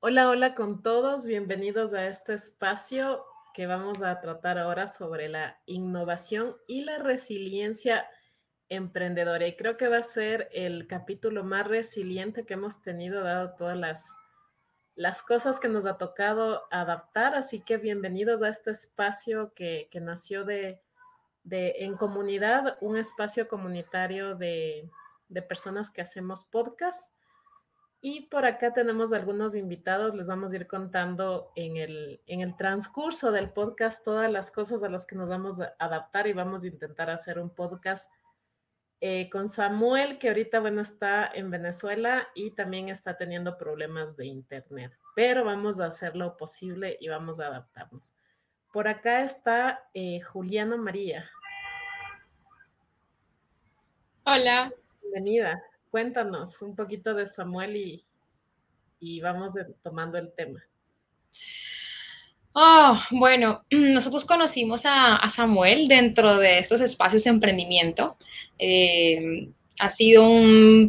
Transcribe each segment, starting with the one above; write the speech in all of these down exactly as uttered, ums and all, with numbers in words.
Hola, hola con todos, bienvenidos a este espacio que vamos a tratar ahora sobre la innovación y la resiliencia emprendedora. Y creo que va a ser el capítulo más resiliente que hemos tenido, dado todas las, las cosas que nos ha tocado adaptar. Así que bienvenidos a este espacio que, que nació de, de en comunidad, un espacio comunitario de, de personas que hacemos podcast. Y por acá tenemos algunos invitados, les vamos a ir contando en el, en el transcurso del podcast todas las cosas a las que nos vamos a adaptar y vamos a intentar hacer un podcast eh, con Samuel, que ahorita, bueno, está en Venezuela y también está teniendo problemas de internet, pero vamos a hacer lo posible y vamos a adaptarnos. Por acá está eh, Juliana María. Hola. Bienvenida. Cuéntanos un poquito de Samuel y, y vamos de, tomando el tema. Oh, bueno, nosotros conocimos a, a Samuel dentro de estos espacios de emprendimiento. Eh, ha sido un,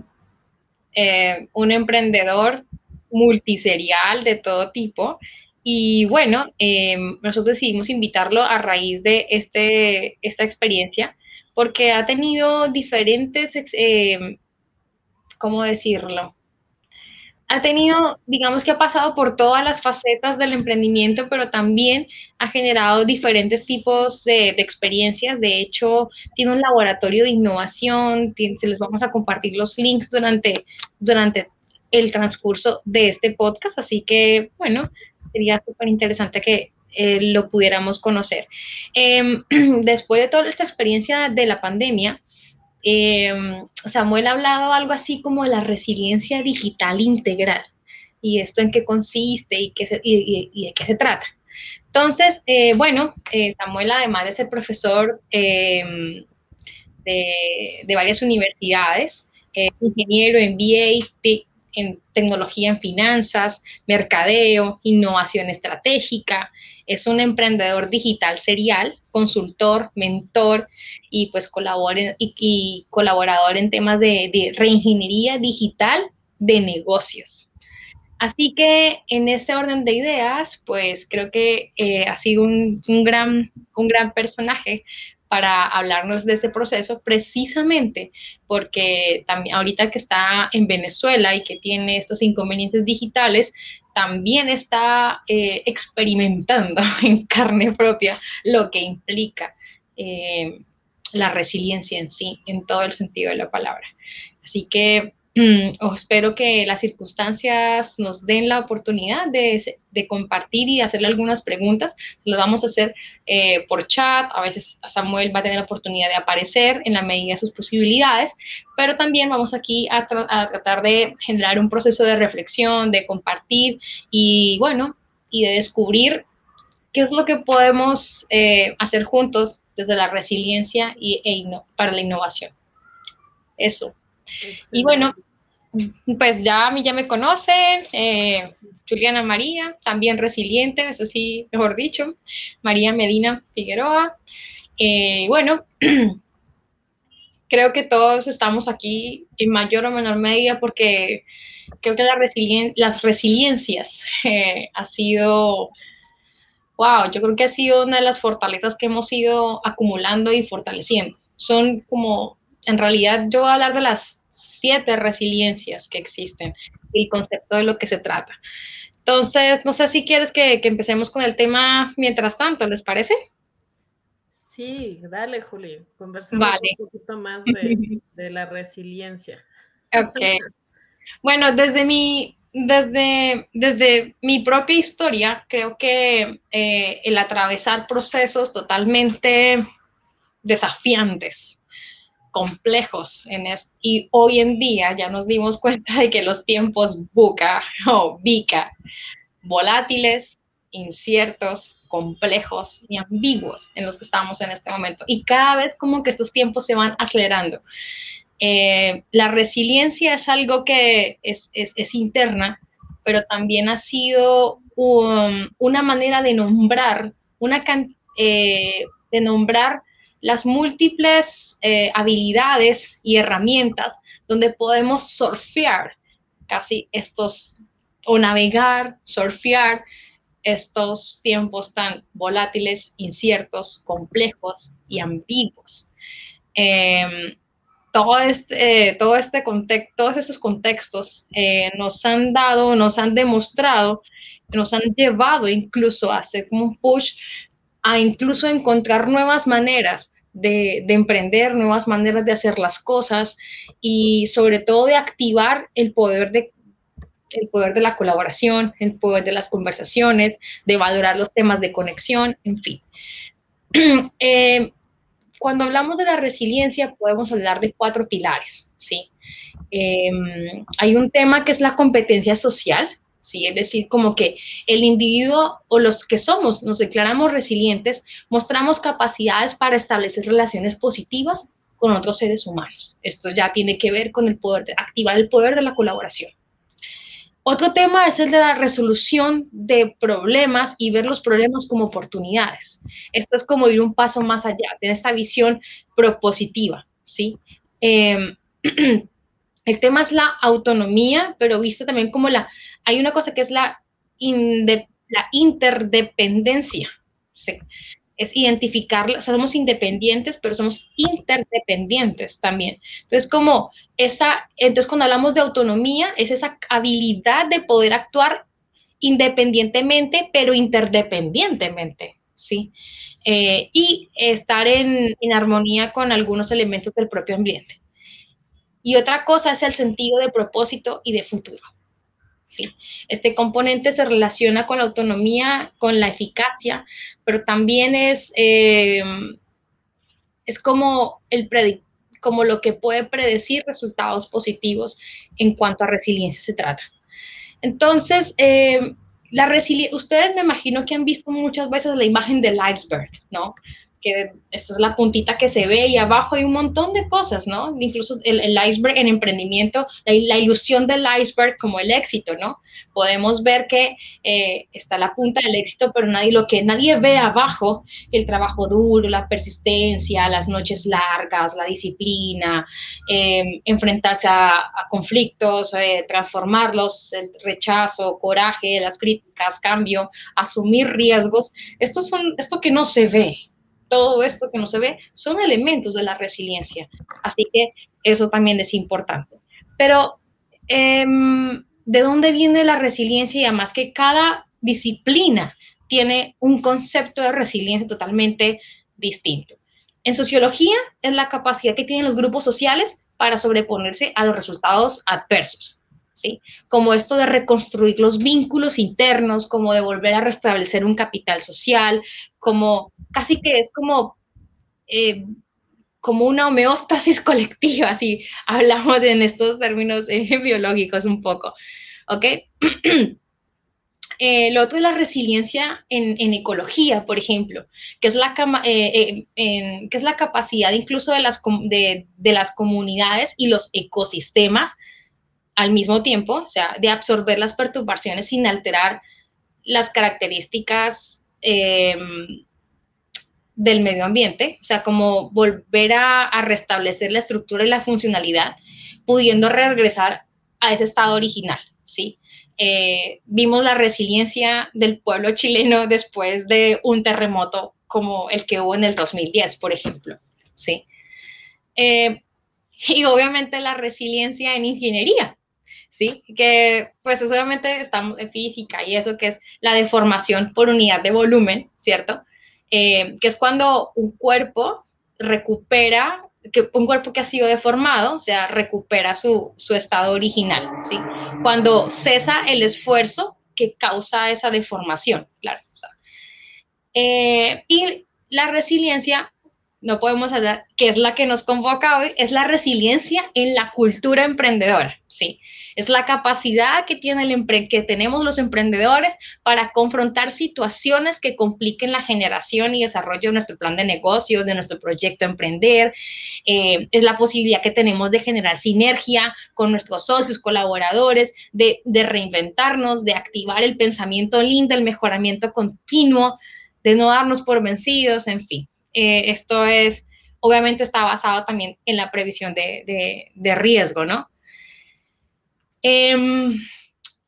eh, un emprendedor multiserial de todo tipo. Y bueno, eh, nosotros decidimos invitarlo a raíz de este, esta experiencia porque ha tenido diferentes, eh, ¿cómo decirlo? Ha tenido, digamos que ha pasado por todas las facetas del emprendimiento, pero también ha generado diferentes tipos de, de experiencias. De hecho, tiene un laboratorio de innovación, tiene, se les vamos a compartir los links durante, durante el transcurso de este podcast, así que, bueno, sería súper interesante que eh, lo pudiéramos conocer. Eh, después de toda esta experiencia de la pandemia, eh, Samuel ha hablado algo así como de la resiliencia digital integral. ¿Y esto en qué consiste y, qué se, y, y, y de qué se trata? Entonces, eh, bueno, eh, Samuel, además de ser profesor eh, de, de, varias universidades, eh, ingeniero en B A, en tecnología en finanzas, mercadeo, innovación estratégica, es un emprendedor digital serial, consultor, mentor y pues colabora, y, y colaborador en temas de, de reingeniería digital de negocios. Así que en este orden de ideas, pues creo que eh, ha sido un, un, gran, un gran personaje para hablarnos de este proceso, precisamente porque también ahorita que está en Venezuela y que tiene estos inconvenientes digitales, también está eh, experimentando en carne propia lo que implica eh, la resiliencia en sí, en todo el sentido de la palabra. Así que Mm, o espero que las circunstancias nos den la oportunidad de, de compartir y hacerle algunas preguntas. Lo vamos a hacer eh, por chat. A veces Samuel va a tener la oportunidad de aparecer en la medida de sus posibilidades, pero también vamos aquí a, tra a tratar de generar un proceso de reflexión, de compartir y, bueno, y de descubrir qué es lo que podemos eh, hacer juntos desde la resiliencia y, e para la innovación. Eso. Y bueno, Excelente. pues ya a mí ya me conocen, eh, Juliana María, también resiliente, eso sí, mejor dicho, María Medina Figueroa. Eh, bueno, creo que todos estamos aquí en mayor o menor medida porque creo que la resilien las resiliencias eh, ha sido, wow, yo creo que ha sido una de las fortalezas que hemos ido acumulando y fortaleciendo. Son como, en realidad yo voy a hablar de las siete resiliencias que existen y el concepto de lo que se trata. Entonces, no sé si quieres que, que empecemos con el tema mientras tanto, ¿les parece? Sí, dale, Juli, conversemos un Vale. poquito más de, de la resiliencia. Ok. Bueno, desde mi, desde, desde mi propia historia, creo que eh, el atravesar procesos totalmente desafiantes, complejos, en es, y hoy en día ya nos dimos cuenta de que los tiempos buca o bica, volátiles, inciertos, complejos y ambiguos en los que estamos en este momento. Y cada vez como que estos tiempos se van acelerando. Eh, la resiliencia es algo que es, es, es interna, pero también ha sido um, una manera de nombrar, una eh, de nombrar las múltiples eh, habilidades y herramientas donde podemos surfear casi estos o navegar, surfear estos tiempos tan volátiles, inciertos, complejos y ambiguos. Eh, todo este, eh, todo este contexto, todos estos contextos eh, nos han dado, nos han demostrado, nos han llevado incluso a hacer como un push, a incluso encontrar nuevas maneras de, de emprender, nuevas maneras de hacer las cosas y sobre todo de activar el poder de el poder de la colaboración, el poder de las conversaciones, de valorar los temas de conexión, en fin. Eh, cuando hablamos de la resiliencia podemos hablar de cuatro pilares, ¿sí? Eh, hay un tema que es la competencia social, ¿sí? Es decir, como que el individuo o los que somos, nos declaramos resilientes, mostramos capacidades para establecer relaciones positivas con otros seres humanos. Esto ya tiene que ver con el poder de activar el poder de la colaboración. Otro tema es el de la resolución de problemas y ver los problemas como oportunidades. Esto es como ir un paso más allá, tener esta visión propositiva, ¿sí? Eh, el tema es la autonomía, pero vista también como la... Hay una cosa que es la, inde, la interdependencia, ¿sí? Es identificar, o sea, somos independientes, pero somos interdependientes también. Entonces, como esa, entonces cuando hablamos de autonomía, es esa habilidad de poder actuar independientemente, pero interdependientemente, ¿sí? Eh, y estar en, en armonía con algunos elementos del propio ambiente. Y otra cosa es el sentido de propósito y de futuro. ¿Sí? Este componente se relaciona con la autonomía, con la eficacia, pero también es, eh, es como, el como lo que puede predecir resultados positivos en cuanto a resiliencia se trata. Entonces, eh, la resiliencia, ustedes me imagino que han visto muchas veces la imagen del iceberg, ¿no? Que esta es la puntita que se ve y abajo hay un montón de cosas, ¿no? Incluso el, el iceberg en emprendimiento, la, la, ilusión del iceberg como el éxito, ¿no? Podemos ver que eh, está la punta del éxito, pero nadie, lo que nadie ve abajo, el trabajo duro, la persistencia, las noches largas, la disciplina, eh, enfrentarse a, a conflictos, eh, transformarlos, el rechazo, coraje, las críticas, cambio, asumir riesgos. Estos son, esto que no se ve, todo esto que no se ve, son elementos de la resiliencia. Así que eso también es importante. Pero, eh, ¿de dónde viene la resiliencia? Y además que cada disciplina tiene un concepto de resiliencia totalmente distinto. En sociología es la capacidad que tienen los grupos sociales para sobreponerse a los resultados adversos, ¿sí? Como esto de reconstruir los vínculos internos, como de volver a restablecer un capital social, como casi que es como, eh, como una homeostasis colectiva, si hablamos en estos términos eh, biológicos un poco, ¿ok? Eh, lo otro es la resiliencia en, en ecología, por ejemplo, que es, la, eh, eh, en, que es la capacidad incluso de las, de, de las comunidades y los ecosistemas al mismo tiempo, o sea, de absorber las perturbaciones sin alterar las características eh, del medio ambiente, o sea, como volver a, a restablecer la estructura y la funcionalidad, pudiendo regresar a ese estado original, ¿sí? Eh, vimos la resiliencia del pueblo chileno después de un terremoto como el que hubo en el dos mil diez, por ejemplo, ¿sí? Eh, y obviamente la resiliencia en ingeniería, ¿sí? Que pues obviamente estamos en física y eso que es la deformación por unidad de volumen, ¿cierto? Eh, que es cuando un cuerpo recupera, que un cuerpo que ha sido deformado, o sea, recupera su, su estado original, ¿sí? Cuando cesa el esfuerzo que causa esa deformación, claro. O sea. eh, y la resiliencia, no podemos hablar, que es la que nos convoca hoy, es la resiliencia en la cultura emprendedora, ¿sí? Es la capacidad que, tiene el que tenemos los emprendedores para confrontar situaciones que compliquen la generación y desarrollo de nuestro plan de negocios, de nuestro proyecto emprender. Eh, es la posibilidad que tenemos de generar sinergia con nuestros socios, colaboradores, de, de reinventarnos, de activar el pensamiento lean, del mejoramiento continuo, de no darnos por vencidos, en fin. Eh, esto es, obviamente está basado también en la previsión de, de, de riesgo, ¿no? Eh,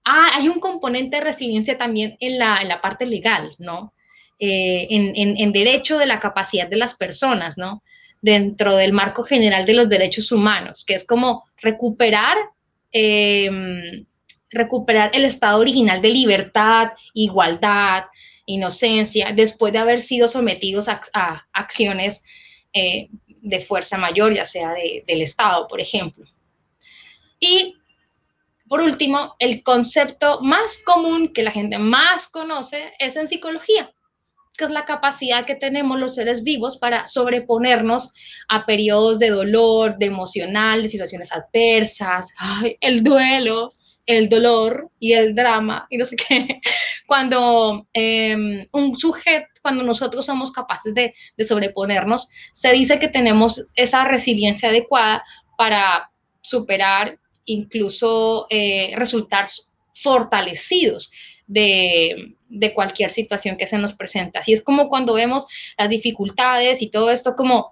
ah, hay un componente de resiliencia también en la, en la parte legal, ¿no? Eh, en, en, en derecho de la capacidad de las personas, ¿no? Dentro del marco general de los derechos humanos, que es como recuperar, eh, recuperar el estado original de libertad, igualdad, inocencia, después de haber sido sometidos a, a acciones eh, de fuerza mayor, ya sea de, del Estado, por ejemplo. Y por último, el concepto más común que la gente más conoce es en psicología, que es la capacidad que tenemos los seres vivos para sobreponernos a periodos de dolor, de emocional, de situaciones adversas, ay, el duelo, el dolor y el drama y no sé qué. Cuando eh, un sujeto, cuando nosotros somos capaces de, de sobreponernos, se dice que tenemos esa resiliencia adecuada para superar, incluso eh, resultar fortalecidos de, de cualquier situación que se nos presenta. Así es como cuando vemos las dificultades y todo esto como,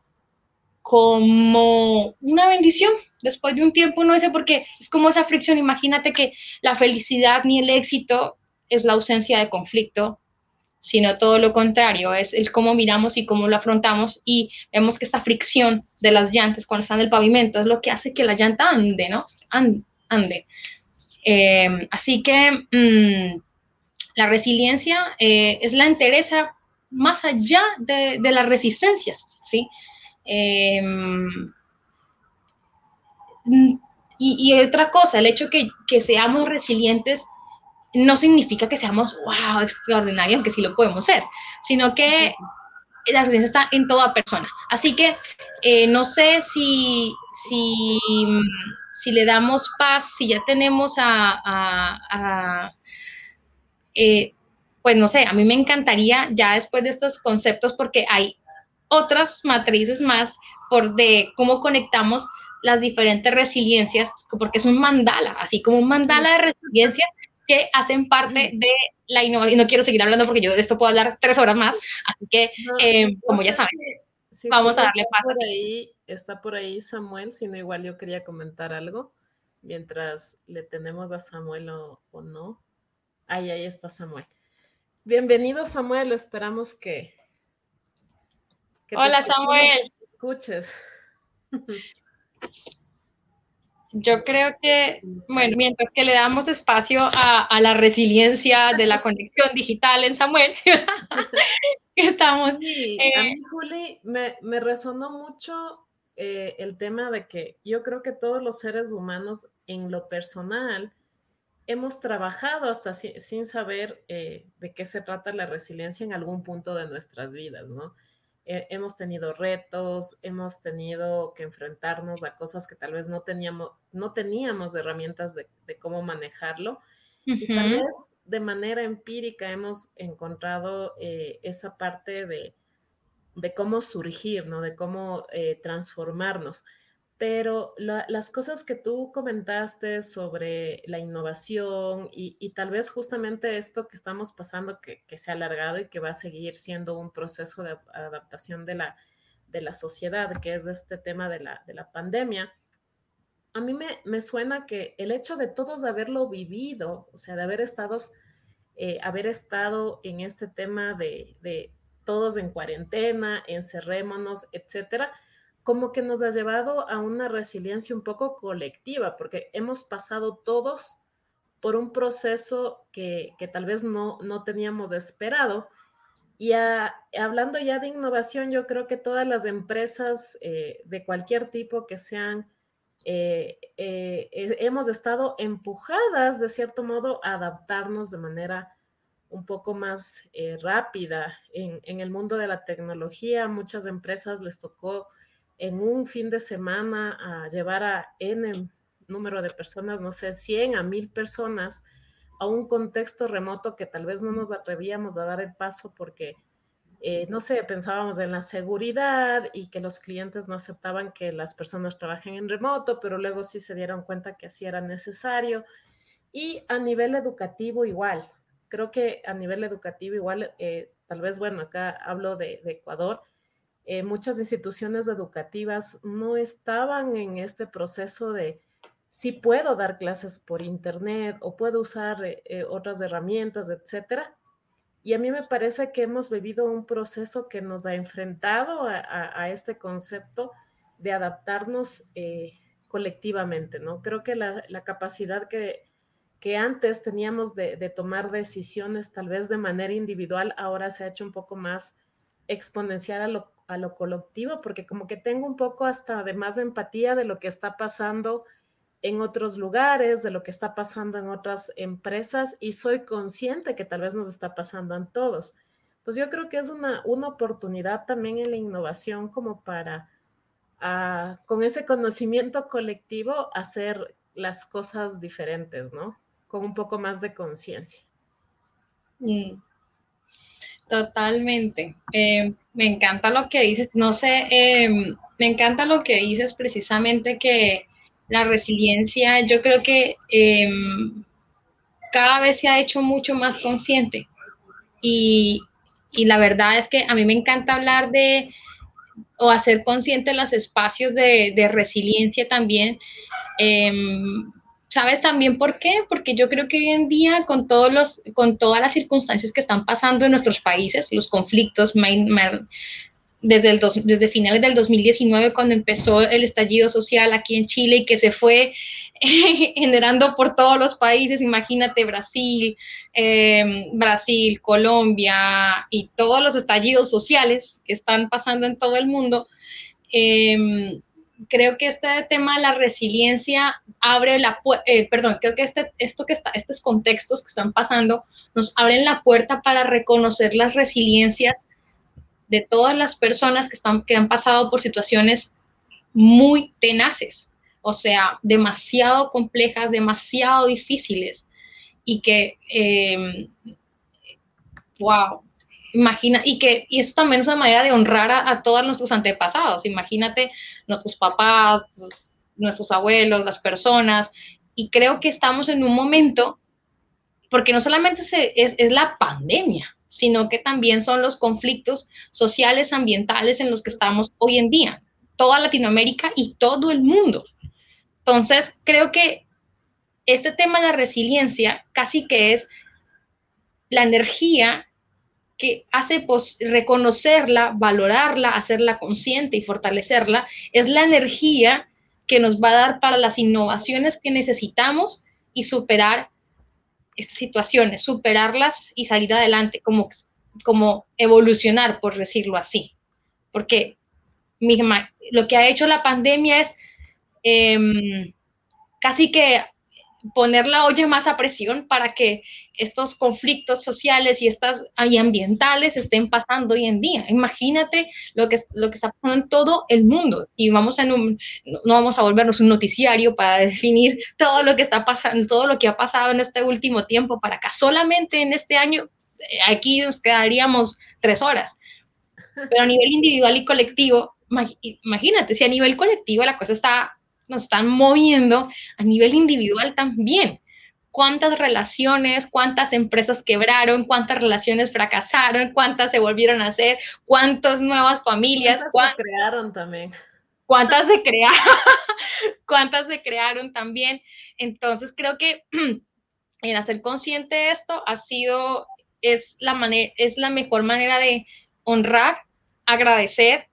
como una bendición. Después de un tiempo uno dice, porque es como esa fricción, imagínate que la felicidad ni el éxito es la ausencia de conflicto, sino todo lo contrario, es el cómo miramos y cómo lo afrontamos y vemos que esta fricción de las llantas cuando están en el pavimento es lo que hace que la llanta ande, ¿no? Ande. Eh, así que mmm, la resiliencia eh, es la entereza más allá de, de la resistencia, ¿sí? Eh, y, y, otra cosa, el hecho que, que seamos resilientes no significa que seamos, wow, extraordinarios, aunque sí lo podemos ser, sino que la resiliencia está en toda persona. Así que eh, no sé si, si, si le damos paz, si ya tenemos a, a, a eh, pues no sé, a mí me encantaría ya después de estos conceptos, porque hay otras matrices más por de cómo conectamos las diferentes resiliencias, porque es un mandala, así como un mandala de resiliencia que hacen parte de la innovación. No quiero seguir hablando porque yo de esto puedo hablar tres horas más, así que, no, eh, no como sé ya saben, si, si vamos a Julio darle está paso por a ti. ahí, está por ahí Samuel, sino igual yo quería comentar algo mientras le tenemos a Samuel o, o no. Ahí, ahí está Samuel. Bienvenido, Samuel, esperamos que, que te Hola, escuchemos, Samuel. que te escuches. Yo creo que, bueno, mientras que le damos espacio a, a la resiliencia de la conexión digital en Samuel, estamos. Sí, a Eh, mí, Juli, me, me resonó mucho eh, el tema de que yo creo que todos los seres humanos en lo personal hemos trabajado hasta si, sin saber eh, de qué se trata la resiliencia en algún punto de nuestras vidas, ¿no? Eh, hemos tenido retos, hemos tenido que enfrentarnos a cosas que tal vez no teníamos, no teníamos herramientas de, de cómo manejarlo y tal uh-huh. vez de manera empírica hemos encontrado eh, esa parte de, de, cómo surgir, ¿no? De cómo eh, transformarnos. Pero la, las cosas que tú comentaste sobre la innovación y, y, tal vez justamente esto que estamos pasando, que, que se ha alargado y que va a seguir siendo un proceso de adaptación de la, de la sociedad, que es este tema de la, de la pandemia, a mí me, me suena que el hecho de todos haberlo vivido, o sea, de haber estado, eh, haber estado en este tema de, de todos en cuarentena, encerrémonos, etcétera, como que nos ha llevado a una resiliencia un poco colectiva, porque hemos pasado todos por un proceso que, que tal vez no, no teníamos esperado. Y a, hablando ya de innovación, yo creo que todas las empresas eh, de cualquier tipo que sean, eh, eh, eh, hemos estado empujadas de cierto modo a adaptarnos de manera un poco más eh, rápida. En, en, el mundo de la tecnología, muchas empresas les tocó en un fin de semana a llevar a N número de personas, no sé, cien a mil personas a un contexto remoto que tal vez no nos atrevíamos a dar el paso porque, eh, no sé, pensábamos en la seguridad y que los clientes no aceptaban que las personas trabajen en remoto, pero luego sí se dieron cuenta que así era necesario. Y a nivel educativo igual, creo que a nivel educativo igual, eh, tal vez, bueno, acá hablo de, de Ecuador, eh, muchas instituciones educativas no estaban en este proceso de sí puedo dar clases por internet o puedo usar eh, eh, otras herramientas, etcétera. Y a mí me parece que hemos vivido un proceso que nos ha enfrentado a, a, a este concepto de adaptarnos eh, colectivamente, ¿no? Creo que la, la capacidad que, que antes teníamos de, de, tomar decisiones tal vez de manera individual, ahora se ha hecho un poco más exponencial a lo, a lo colectivo, porque como que tengo un poco hasta de más empatía de lo que está pasando en otros lugares, de lo que está pasando en otras empresas y soy consciente que tal vez nos está pasando a todos. Entonces yo creo que es una, una oportunidad también en la innovación como para, uh, con ese conocimiento colectivo, hacer las cosas diferentes, ¿no? Con un poco más de conciencia. Mm, totalmente. Eh, me encanta lo que dices. No sé, eh, me encanta lo que dices precisamente que la resiliencia, yo creo que eh, cada vez se ha hecho mucho más consciente. Y, y la verdad es que a mí me encanta hablar de o hacer consciente los espacios de, de resiliencia también. Eh, ¿Sabes también por qué? Porque yo creo que hoy en día, con, todos los, con todas las circunstancias que están pasando en nuestros países, los conflictos, desde, el dos, desde finales del dos mil diecinueve, cuando empezó el estallido social aquí en Chile y que se fue generando por todos los países, imagínate Brasil, eh, Brasil, Colombia y todos los estallidos sociales que están pasando en todo el mundo, eh, creo que este tema de la resiliencia abre la puerta, eh, perdón, creo que este, esto que está, estos contextos que están pasando nos abren la puerta para reconocer las resiliencias de todas las personas que, están, que han pasado por situaciones muy tenaces, o sea, demasiado complejas, demasiado difíciles y que, eh, wow, imagina, y que y eso también es una manera de honrar a, a todos nuestros antepasados, imagínate nuestros papás, nuestros abuelos, las personas, y creo que estamos en un momento, porque no solamente se, es, es la pandemia, sino que también son los conflictos sociales, ambientales en los que estamos hoy en día, toda Latinoamérica y todo el mundo. Entonces, creo que este tema de la resiliencia casi que es la energía que hace pues, reconocerla, valorarla, hacerla consciente y fortalecerla, es la energía que nos va a dar para las innovaciones que necesitamos y superar estas situaciones, superarlas y salir adelante, como, como evolucionar, por decirlo así. Porque mi, lo que ha hecho la pandemia es eh, casi que poner la olla más a presión para que estos conflictos sociales y estas y ambientales estén pasando hoy en día. Imagínate lo que, lo que está pasando en todo el mundo y vamos a un, no vamos a volvernos un noticiario para definir todo lo que está pasando, todo lo que ha pasado en este último tiempo para acá. Solamente en este año, aquí nos quedaríamos tres horas. Pero a nivel individual y colectivo, imagínate, si a nivel colectivo la cosa está nos están moviendo, a nivel individual también. ¿Cuántas relaciones, cuántas empresas quebraron, cuántas relaciones fracasaron, cuántas se volvieron a hacer, cuántas nuevas familias? ¿Cuántas cuántas se crearon también? ¿Cuántas se crearon? ¿Cuántas se crearon también? Entonces creo que en hacer consciente esto ha sido, es la, manera, es la mejor manera de honrar, agradecer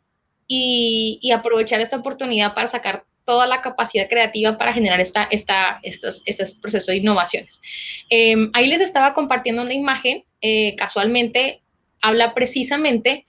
y, y aprovechar esta oportunidad para sacar toda la capacidad creativa para generar esta, esta, estos, estos procesos de innovaciones. Eh, ahí les estaba compartiendo una imagen, eh, casualmente habla precisamente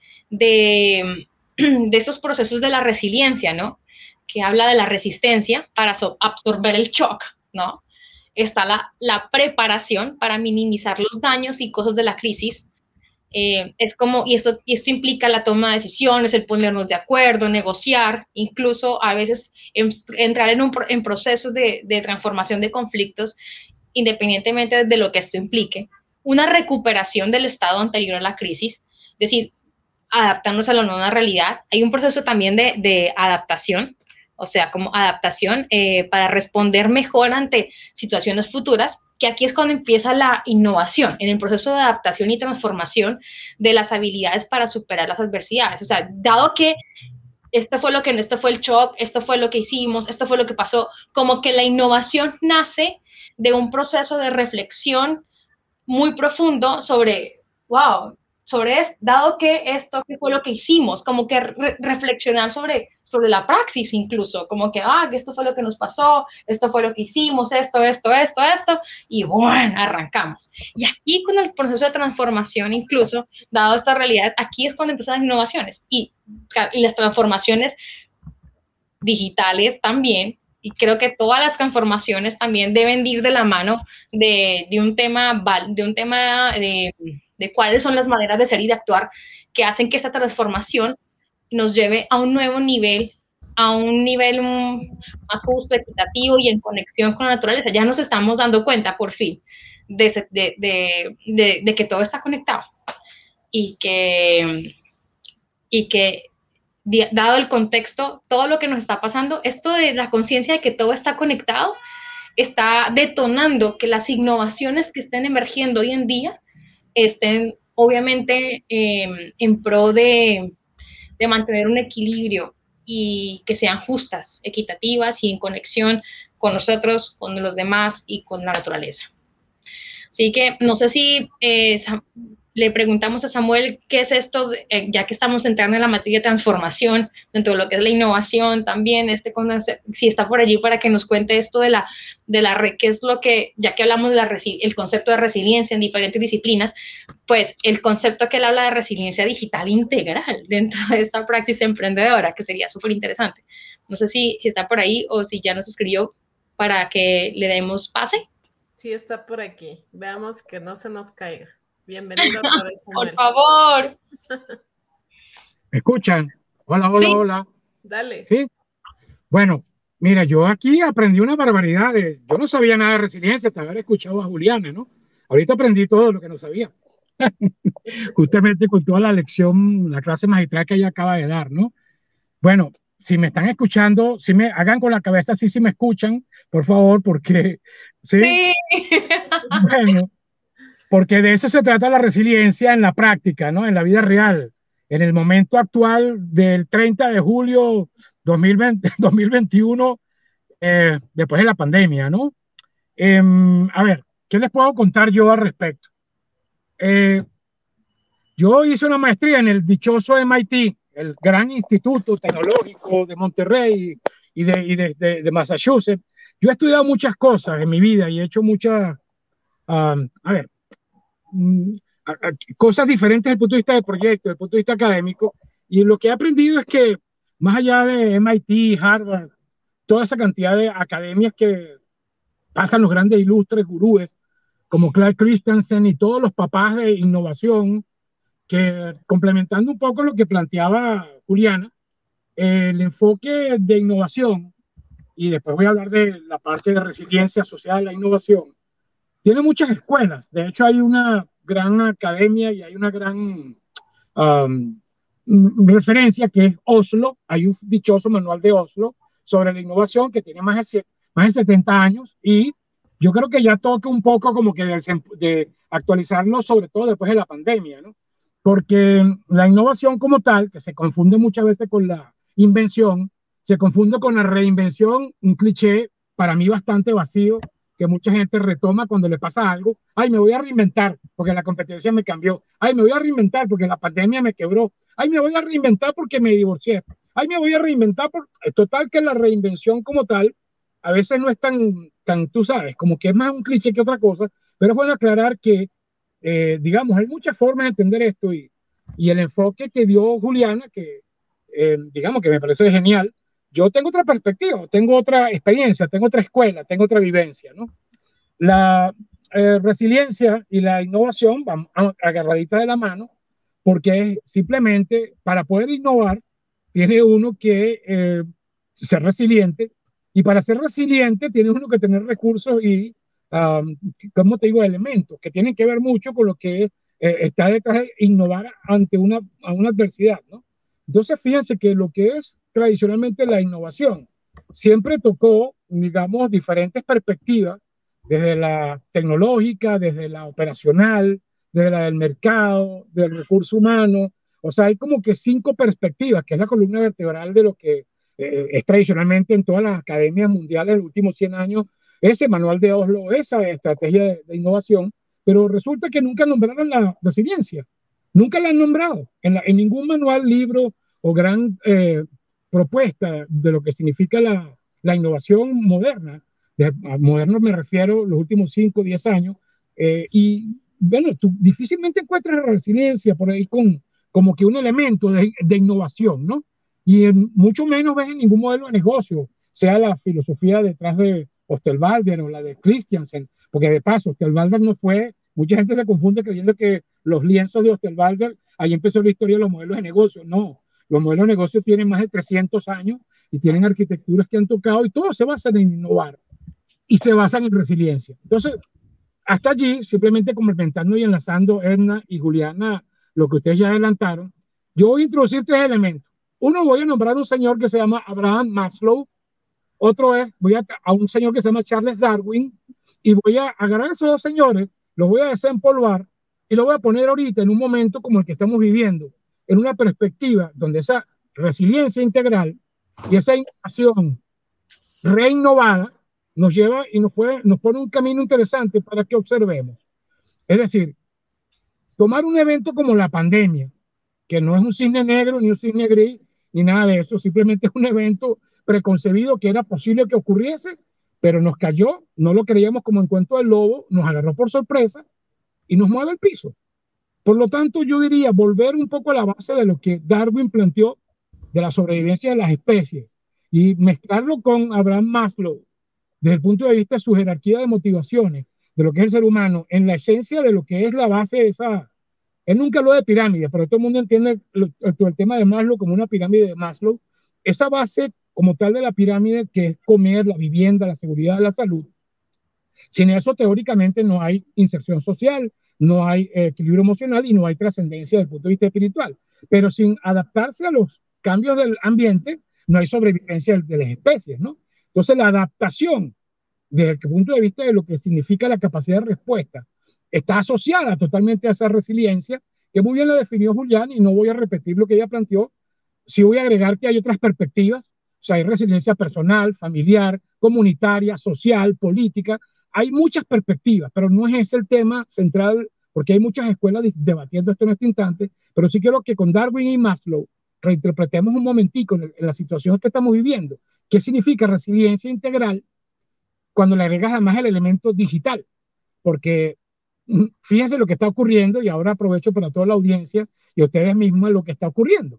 de, de estos procesos de la resiliencia, ¿no? Que habla de la resistencia para so absorber el shock, ¿no? Está la, la preparación para minimizar los daños y costos de la crisis. Eh, es como, y esto, y esto implica la toma de decisiones, el ponernos de acuerdo, negociar, incluso a veces en, entrar en, un, en procesos de, de transformación de conflictos, independientemente de lo que esto implique. Una recuperación del estado anterior a la crisis, es decir, adaptarnos a la nueva realidad. Hay un proceso también de, de adaptación, o sea, como adaptación eh, para responder mejor ante situaciones futuras, que aquí es cuando empieza la innovación, en el proceso de adaptación y transformación de las habilidades para superar las adversidades. O sea, dado que esto fue lo que, esto fue el shock, esto fue lo que hicimos, esto fue lo que pasó. Como que la innovación nace de un proceso de reflexión muy profundo sobre, wow, sobre esto, dado que esto que fue lo que hicimos, como que re reflexionar sobre, sobre la praxis incluso, como que, ah, que esto fue lo que nos pasó, esto fue lo que hicimos, esto, esto, esto, esto, y bueno, arrancamos. Y aquí con el proceso de transformación incluso, dado estas realidades, aquí es cuando empiezan las innovaciones y, y las transformaciones digitales también, y creo que todas las transformaciones también deben ir de la mano de, de un tema, de, un tema de, de cuáles son las maneras de ser y de actuar que hacen que esta transformación nos lleve a un nuevo nivel, a un nivel más justo, equitativo y en conexión con la naturaleza. Ya nos estamos dando cuenta, por fin, de, de, de, de, de que todo está conectado y que, y que dado el contexto, todo lo que nos está pasando, esto de la conciencia de que todo está conectado, está detonando que las innovaciones que estén emergiendo hoy en día estén obviamente eh, en pro de, de mantener un equilibrio y que sean justas, equitativas y en conexión con nosotros, con los demás y con la naturaleza. Así que no sé si eh, le preguntamos a Samuel qué es esto, eh, ya que estamos entrando en la materia de transformación, dentro de lo que es la innovación también, este, si está por allí para que nos cuente esto de la, de la qué es lo que, ya que hablamos del concepto de resiliencia en diferentes disciplinas, pues el concepto que él habla de resiliencia digital integral dentro de esta praxis emprendedora, que sería súper interesante. No sé si, si está por ahí o si ya nos escribió para que le demos pase. Sí, está por aquí. Veamos que no se nos caiga. Bienvenido otra vez, Samuel. Por favor. ¿Me escuchan? Hola, hola, sí. hola. Dale. Sí. Bueno, mira, yo aquí aprendí una barbaridad. De, yo no sabía nada de resiliencia hasta haber escuchado a Juliana, ¿no? Ahorita aprendí todo lo que no sabía. Justamente con toda la lección, la clase magistral que ella acaba de dar, ¿no? Bueno, si me están escuchando, si me hagan con la cabeza sí, si me escuchan, por favor, porque sí. Sí. Bueno, porque de eso se trata la resiliencia en la práctica, ¿no? En la vida real, en el momento actual del treinta de julio dos mil veinte, dos mil veintiuno, eh, después de la pandemia, ¿no? Eh, a ver, ¿qué les puedo contar yo al respecto? Eh, yo hice una maestría en el dichoso M I T, el gran instituto tecnológico de Monterrey y de, y de, de, de Massachusetts. Yo he estudiado muchas cosas en mi vida y he hecho muchas, um, a ver, a, a, cosas diferentes desde el punto de vista del proyecto, desde el punto de vista académico, y lo que he aprendido es que más allá de M I T, Harvard, toda esa cantidad de academias que pasan los grandes ilustres gurúes, como Clark Christensen y todos los papás de innovación, que complementando un poco lo que planteaba Juliana, eh, el enfoque de innovación, y después voy a hablar de la parte de resiliencia social a la innovación, tiene muchas escuelas. De hecho, hay una gran academia y hay una gran um, referencia que es Oslo. Hay un dichoso manual de Oslo sobre la innovación que tiene más de, más de setenta años y yo creo que ya toca un poco como que de, de actualizarlo, sobre todo después de la pandemia, ¿no? Porque la innovación como tal, que se confunde muchas veces con la invención, se confunde con la reinvención, un cliché para mí bastante vacío, que mucha gente retoma cuando le pasa algo. Ay, me voy a reinventar porque la competencia me cambió. Ay, me voy a reinventar porque la pandemia me quebró. Ay, me voy a reinventar porque me divorcié. Ay, me voy a reinventar por... Total que la reinvención como tal a veces no es tan, tan, tú sabes, como que es más un cliché que otra cosa, pero es bueno aclarar que, eh, digamos, hay muchas formas de entender esto y, y el enfoque que dio Juliana, que eh, digamos que me parece genial. Yo tengo otra perspectiva, tengo otra experiencia, tengo otra escuela, tengo otra vivencia, ¿no? La eh, resiliencia y la innovación van agarraditas de la mano, porque simplemente para poder innovar tiene uno que eh, ser resiliente, y para ser resiliente tiene uno que tener recursos y, um, como te digo, elementos que tienen que ver mucho con lo que eh, está detrás de innovar ante una, a una adversidad, ¿no? Entonces, fíjense que lo que es tradicionalmente la innovación siempre tocó, digamos, diferentes perspectivas, desde la tecnológica, desde la operacional, desde la del mercado, del recurso humano, O sea, hay como que cinco perspectivas, que es la columna vertebral de lo que eh, es tradicionalmente en todas las academias mundiales de los últimos cien años, ese manual de Oslo, esa estrategia de, de innovación, pero resulta que nunca nombraron la resiliencia, nunca la han nombrado en, la, en ningún manual, libro o gran eh, propuesta de lo que significa la, la innovación moderna. De, a moderno me refiero los últimos cinco o diez años, eh, y bueno, tú difícilmente encuentras la resiliencia por ahí con, como que un elemento de, de innovación, ¿no? Y en, mucho menos ves en ningún modelo de negocio, sea la filosofía detrás de Osterwalder o la de Christiansen, porque de paso, Osterwalder no fue, mucha gente se confunde creyendo que los lienzos de Osterwalder, ahí empezó la historia de los modelos de negocio. No, los modelos de negocio tienen más de trescientos años y tienen arquitecturas que han tocado y todo se basa en innovar y se basan en resiliencia. Entonces, hasta allí, simplemente complementando y enlazando Edna y Juliana lo que ustedes ya adelantaron, yo voy a introducir tres elementos. Uno, voy a nombrar un señor que se llama Abraham Maslow. Otro es, voy a, a un señor que se llama Charles Darwin, y voy a agarrar a esos dos señores, los voy a desempolvar y los voy a poner ahorita en un momento como el que estamos viviendo, en una perspectiva donde esa resiliencia integral y esa innovación reinnovada nos lleva y nos, puede, nos pone un camino interesante para que observemos. Es decir, tomar un evento como la pandemia, que no es un cisne negro ni un cisne gris, ni nada de eso, simplemente es un evento preconcebido que era posible que ocurriese, pero nos cayó, no lo creíamos como en cuento del lobo, nos agarró por sorpresa y nos mueve el piso. Por lo tanto, yo diría volver un poco a la base de lo que Darwin planteó de la sobrevivencia de las especies y mezclarlo con Abraham Maslow desde el punto de vista de su jerarquía de motivaciones, de lo que es el ser humano, en la esencia de lo que es la base de esa. Él nunca habló de pirámide, pero todo el mundo entiende el, el tema de Maslow como una pirámide de Maslow. Esa base como tal de la pirámide, que es comer, la vivienda, la seguridad, la salud. Sin eso, teóricamente, no hay inserción social, no hay eh, equilibrio emocional y no hay trascendencia desde el punto de vista espiritual. Pero sin adaptarse a los cambios del ambiente, no hay sobrevivencia de las especies, ¿no? Entonces, la adaptación, desde el punto de vista de lo que significa la capacidad de respuesta, está asociada totalmente a esa resiliencia, que muy bien la definió Julián, y no voy a repetir lo que ella planteó. Sí voy a agregar que hay otras perspectivas, o sea, hay resiliencia personal, familiar, comunitaria, social, política. Hay muchas perspectivas, pero no es ese el tema central, porque hay muchas escuelas debatiendo esto en este instante, pero sí quiero que con Darwin y Maslow reinterpretemos un momentico en, en la situación que estamos viviendo. ¿Qué significa resiliencia integral cuando le agregas además el elemento digital? Porque fíjense lo que está ocurriendo, y ahora aprovecho para toda la audiencia y ustedes mismos lo que está ocurriendo.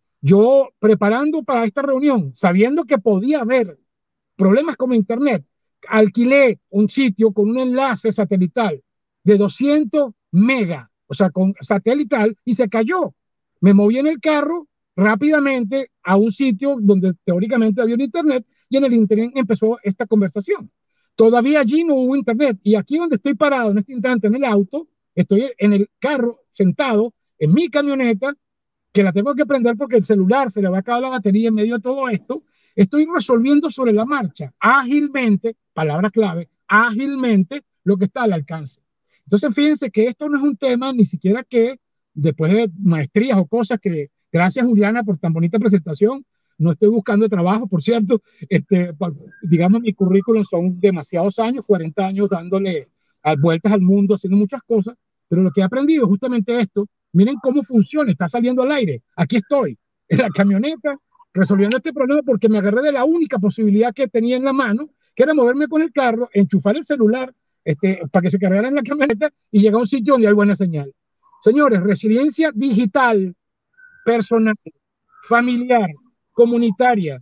Yo, preparando para esta reunión, sabiendo que podía haber problemas como Internet, alquilé un sitio con un enlace satelital de doscientos megas, o sea, con satelital, y se cayó. Me moví en el carro rápidamente a un sitio donde teóricamente había un Internet, y en el Internet empezó esta conversación. Todavía allí no hubo Internet, y aquí donde estoy parado en este instante en el auto, estoy en el carro sentado en mi camioneta, que la tengo que prender porque el celular se le va a acabar la batería en medio de todo esto. Estoy resolviendo sobre la marcha, ágilmente, palabra clave, ágilmente, lo que está al alcance. Entonces, fíjense que esto no es un tema ni siquiera que después de maestrías o cosas que, gracias Juliana por tan bonita presentación, no estoy buscando trabajo, por cierto, este, digamos, mi currículum son demasiados años, cuarenta años dándole vueltas al mundo, haciendo muchas cosas, pero lo que he aprendido es justamente esto. Miren cómo funciona, está saliendo al aire. Aquí estoy, en la camioneta, resolviendo este problema porque me agarré de la única posibilidad que tenía en la mano, que era moverme con el carro, enchufar el celular este, para que se cargara en la camioneta y llegar a un sitio donde hay buena señal. Señores, resiliencia digital, personal, familiar, comunitaria,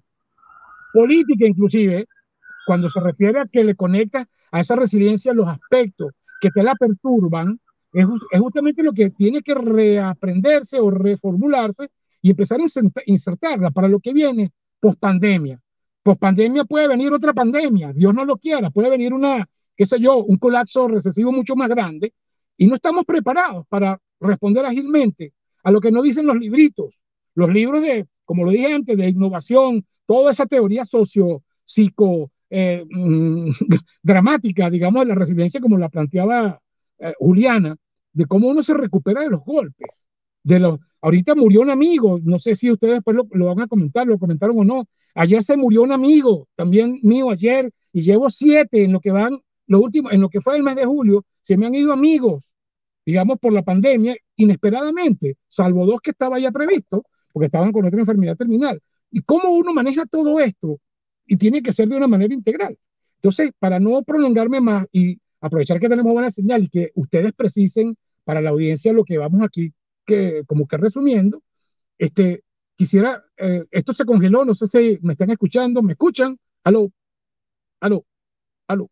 política inclusive, cuando se refiere a que le conecta a esa resiliencia los aspectos que te la perturban, es, es justamente lo que tiene que reaprenderse o reformularse y empezar a insertarla para lo que viene post pandemia. Post pandemia puede venir otra pandemia, Dios no lo quiera, puede venir una, qué sé yo, un colapso recesivo mucho más grande, y no estamos preparados para responder ágilmente a lo que nos dicen los libritos, los libros de, como lo dije antes, de innovación, toda esa teoría socio, psico, eh, mm, dramática, digamos, de la resiliencia, como la planteaba eh, Juliana, de cómo uno se recupera de los golpes, de los, Ahorita murió un amigo, no sé si ustedes después lo, lo van a comentar, lo comentaron o no. Ayer se murió un amigo, también mío ayer, y llevo siete en lo que van, lo último, en lo que fue el mes de julio, se me han ido amigos, digamos, por la pandemia, inesperadamente, salvo dos que estaba ya previsto, porque estaban con otra enfermedad terminal. ¿Y cómo uno maneja todo esto? Y tiene que ser de una manera integral. Entonces, para no prolongarme más y aprovechar que tenemos buena señal y que ustedes precisen para la audiencia lo que vamos aquí, que, como que resumiendo, este, quisiera, eh, esto se congeló, no sé si me están escuchando, ¿me escuchan? Aló, aló, aló.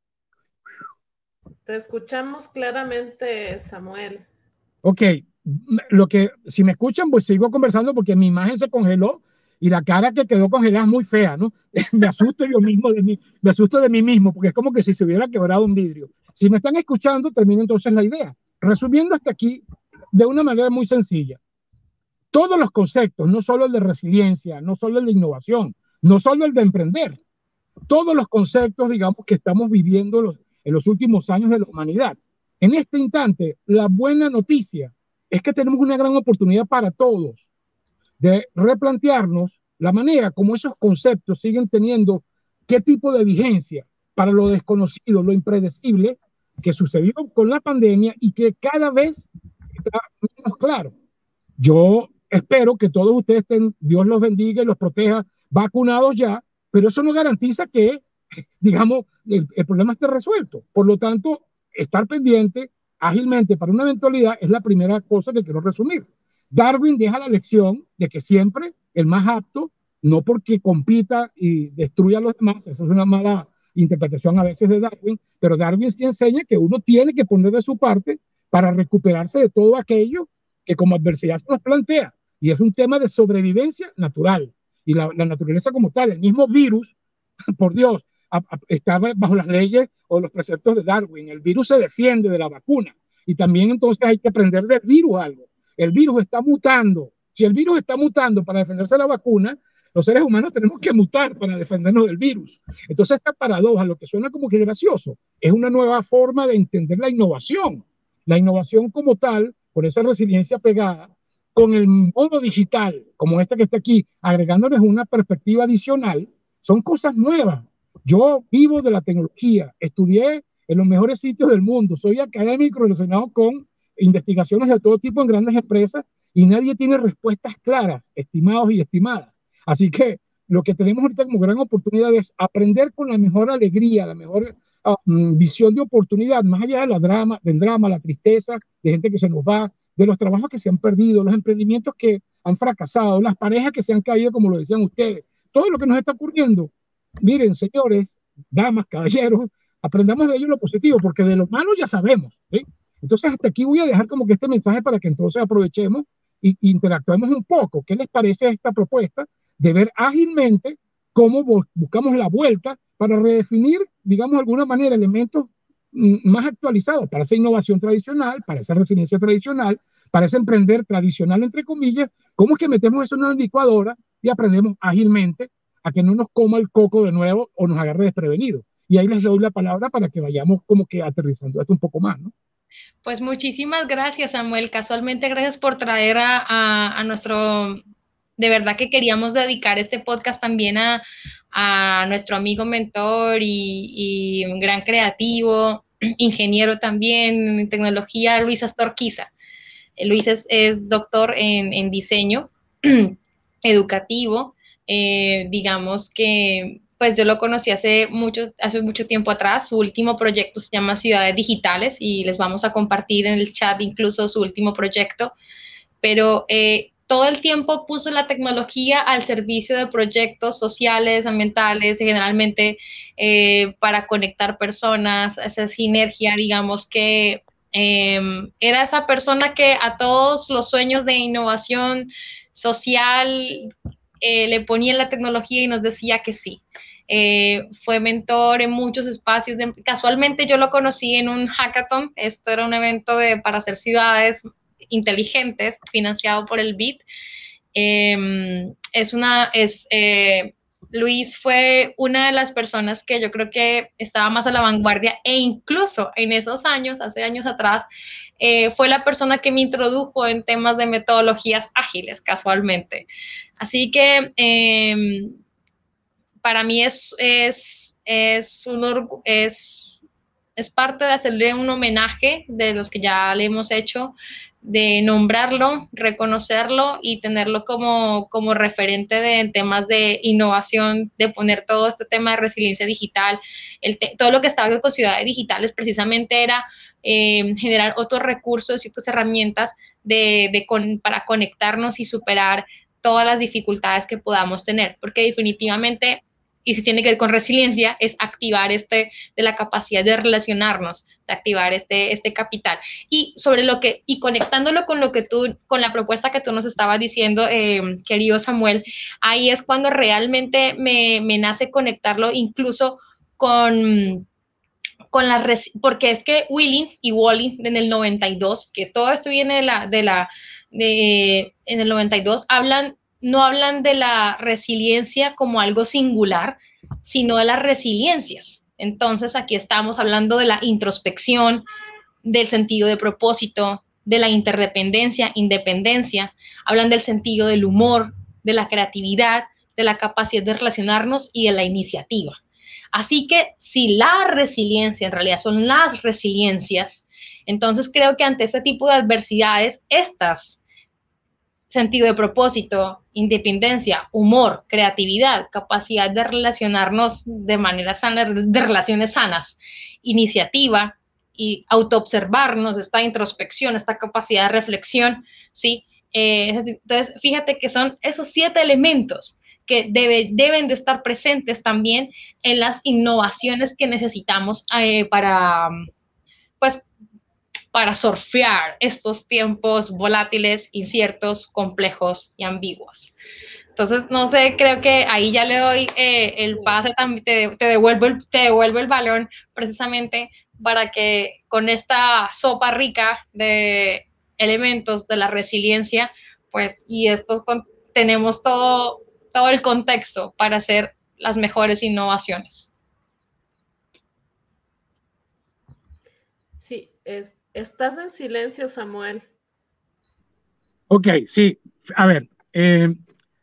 Te escuchamos claramente, Samuel. Ok, lo que, si me escuchan, pues sigo conversando porque mi imagen se congeló y la cara que quedó congelada es muy fea, ¿no? Me asusto yo mismo de mí, me asusto de mí mismo porque es como que si se hubiera quebrado un vidrio. Si me están escuchando, termino entonces la idea. Resumiendo hasta aquí, de una manera muy sencilla, todos los conceptos, no solo el de resiliencia, no solo el de innovación, no solo el de emprender, todos los conceptos, digamos, que estamos viviendo los, en los últimos años de la humanidad. En este instante, la buena noticia es que tenemos una gran oportunidad para todos de replantearnos la manera como esos conceptos siguen teniendo qué tipo de vigencia para lo desconocido, lo impredecible que sucedió con la pandemia y que cada vez está menos claro. Yo espero que todos ustedes estén, Dios los bendiga y los proteja, vacunados ya, pero eso no garantiza que, digamos, el, el problema esté resuelto. Por lo tanto, estar pendiente ágilmente para una eventualidad es la primera cosa que quiero resumir. Darwin deja la lección de que siempre el más apto, no porque compita y destruya a los demás, esa es una mala interpretación a veces de Darwin, pero Darwin sí enseña que uno tiene que poner de su parte para recuperarse de todo aquello que como adversidad se nos plantea, y es un tema de sobrevivencia natural, y la, la naturaleza como tal, el mismo virus, por Dios, a, a, está bajo las leyes o los preceptos de Darwin, el virus se defiende de la vacuna, y también entonces hay que aprender del virus algo, el virus está mutando, si el virus está mutando para defenderse de la vacuna, los seres humanos tenemos que mutar para defendernos del virus. Entonces esta paradoja, lo que suena como que gracioso, es una nueva forma de entender la innovación. La innovación como tal, con esa resiliencia pegada, con el modo digital, como este que está aquí, agregándoles una perspectiva adicional, son cosas nuevas. Yo vivo de la tecnología, estudié en los mejores sitios del mundo, soy académico relacionado con investigaciones de todo tipo en grandes empresas y nadie tiene respuestas claras, estimados y estimadas. Así que lo que tenemos ahorita como gran oportunidad es aprender con la mejor alegría, la mejor uh, visión de oportunidad, más allá de la drama, del drama, la tristeza, de gente que se nos va, de los trabajos que se han perdido, los emprendimientos que han fracasado, las parejas que se han caído, como lo decían ustedes, todo lo que nos está ocurriendo. Miren, señores, damas, caballeros, aprendamos de ello lo positivo, porque de lo malo ya sabemos, ¿sí? Entonces, hasta aquí voy a dejar como que este mensaje para que entonces aprovechemos y, y interactuemos un poco. ¿Qué les parece esta propuesta de ver ágilmente cómo buscamos la vuelta para redefinir, digamos, de alguna manera, elementos más actualizados para esa innovación tradicional, para esa resiliencia tradicional, para ese emprender tradicional, entre comillas? ¿Cómo es que metemos eso en una licuadora y aprendemos ágilmente a que no nos coma el coco de nuevo o nos agarre desprevenido? Y ahí les doy la palabra para que vayamos como que aterrizando esto un poco más, ¿no? Pues muchísimas gracias, Samuel. Casualmente, gracias por traer a, a, a nuestro... De verdad que queríamos dedicar este podcast también a, a nuestro amigo mentor y, y un gran creativo, ingeniero también en tecnología, Luis Astorquiza. Luis es, es doctor en, en diseño educativo. Eh, digamos que pues yo lo conocí hace mucho, hace mucho tiempo atrás. Su último proyecto se llama Ciudades Digitales y les vamos a compartir en el chat incluso su último proyecto. Pero eh, todo el tiempo puso la tecnología al servicio de proyectos sociales, ambientales, generalmente eh, para conectar personas, esa sinergia, digamos que eh, era esa persona que a todos los sueños de innovación social eh, le ponía la tecnología y nos decía que sí. Eh, fue mentor en muchos espacios. De, casualmente yo lo conocí en un hackathon. Esto era un evento de, para hacer ciudades inteligentes financiado por el B I D. Eh, es una, es, eh, Luis fue una de las personas que yo creo que estaba más a la vanguardia e incluso en esos años, hace años atrás, eh, fue la persona que me introdujo en temas de metodologías ágiles, casualmente. Así que eh, para mí es, es, es, un, es, es parte de hacerle un homenaje de los que ya le hemos hecho, de nombrarlo, reconocerlo y tenerlo como, como referente de en temas de innovación, de poner todo este tema de resiliencia digital, el te, todo lo que estaba con ciudades digitales precisamente era eh, generar otros recursos y otras herramientas de, de con, para conectarnos y superar todas las dificultades que podamos tener, porque definitivamente, y si tiene que ver con resiliencia, es activar este, de la capacidad de relacionarnos, de activar este, este capital. Y sobre lo que, y conectándolo con lo que tú, con la propuesta que tú nos estabas diciendo, eh, querido Samuel, ahí es cuando realmente me, me nace conectarlo incluso con, con la, porque es que Willy y Wally en el noventa y dos, que todo esto viene de la, de la, de, en el noventa y dos, hablan, no hablan de la resiliencia como algo singular, sino de las resiliencias. Entonces aquí estamos hablando de la introspección, del sentido de propósito, de la interdependencia, independencia, hablan del sentido del humor, de la creatividad, de la capacidad de relacionarnos y de la iniciativa. Así que si la resiliencia en realidad son las resiliencias, entonces creo que ante este tipo de adversidades, estas, sentido de propósito, independencia, humor, creatividad, capacidad de relacionarnos de manera sana, de relaciones sanas, iniciativa y autoobservarnos, esta introspección, esta capacidad de reflexión, ¿sí? Eh, entonces, fíjate que son esos siete elementos que debe, deben de estar presentes también en las innovaciones que necesitamos eh, para, pues, para surfear estos tiempos volátiles, inciertos, complejos y ambiguos. Entonces, no sé, creo que ahí ya le doy eh, el pase, te, te, devuelvo el, te devuelvo el balón precisamente para que con esta sopa rica de elementos de la resiliencia, pues, y esto con, tenemos todo, todo el contexto para hacer las mejores innovaciones. Sí, es, estás en silencio, Samuel. Ok, sí, a ver, eh,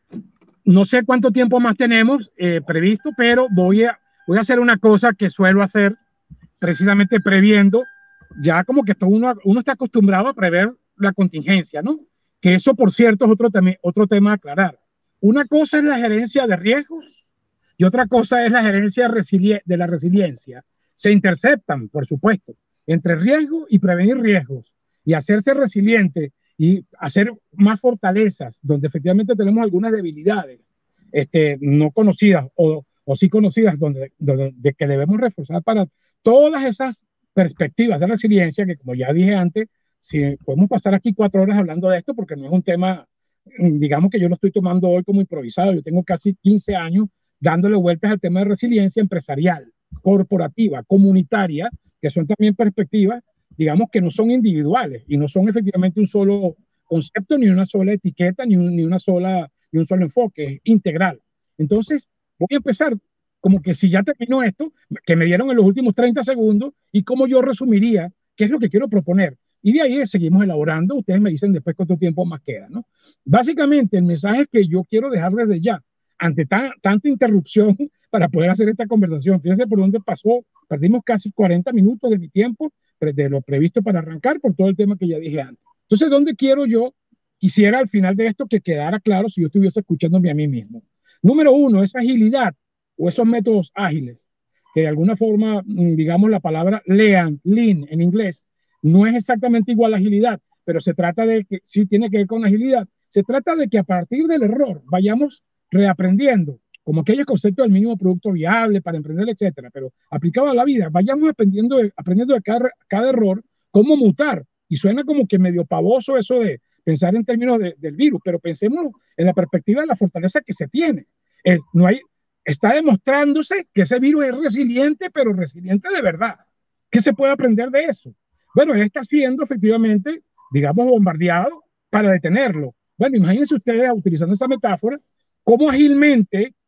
no sé cuánto tiempo más tenemos eh, previsto, pero voy a, voy a hacer una cosa que suelo hacer precisamente previendo, ya como que uno, uno está acostumbrado a prever la contingencia, ¿no? Que eso, por cierto, es otro, tem otro tema a aclarar. Una cosa es la gerencia de riesgos y otra cosa es la gerencia de la resiliencia. Se interceptan, por supuesto, entre riesgo y prevenir riesgos y hacerse resiliente y hacer más fortalezas donde efectivamente tenemos algunas debilidades este, no conocidas o, o sí conocidas donde, donde de que debemos reforzar para todas esas perspectivas de resiliencia que, como ya dije antes, si podemos pasar aquí cuatro horas hablando de esto porque no es un tema, digamos que yo lo estoy tomando hoy como improvisado. Yo tengo casi quince años dándole vueltas al tema de resiliencia empresarial, corporativa, comunitaria, que son también perspectivas, digamos, que no son individuales y no son efectivamente un solo concepto, ni una sola etiqueta, ni, un, ni una sola, ni un solo enfoque, es integral. Entonces, voy a empezar como que si ya terminó esto, que me dieron en los últimos treinta segundos, y cómo yo resumiría qué es lo que quiero proponer. Y de ahí seguimos elaborando, ustedes me dicen después cuánto tiempo más queda, ¿no? Básicamente, el mensaje que yo quiero dejar desde ya, ante tan, tanta interrupción para poder hacer esta conversación, fíjense por dónde pasó, perdimos casi cuarenta minutos de mi tiempo, de lo previsto para arrancar, por todo el tema que ya dije antes. Entonces, ¿dónde quiero yo? Quisiera al final de esto que quedara claro si yo estuviese escuchándome a mí mismo. Número uno, esa agilidad o esos métodos ágiles, que de alguna forma, digamos, la palabra lean, lean en inglés, no es exactamente igual a agilidad, pero se trata de que sí tiene que ver con agilidad. Se trata de que a partir del error vayamos reaprendiendo, como aquellos conceptos del mínimo producto viable para emprender, etcétera, pero aplicado a la vida, vayamos aprendiendo, aprendiendo de cada, cada error cómo mutar. Y suena como que medio pavoso eso de pensar en términos de, del virus, pero pensemos en la perspectiva de la fortaleza que se tiene. Eh, no hay, está demostrándose que ese virus es resiliente, pero resiliente de verdad. ¿Qué se puede aprender de eso? Bueno, él está siendo efectivamente, digamos, bombardeado para detenerlo. Bueno, imagínense ustedes, utilizando esa metáfora, cómo ágilmente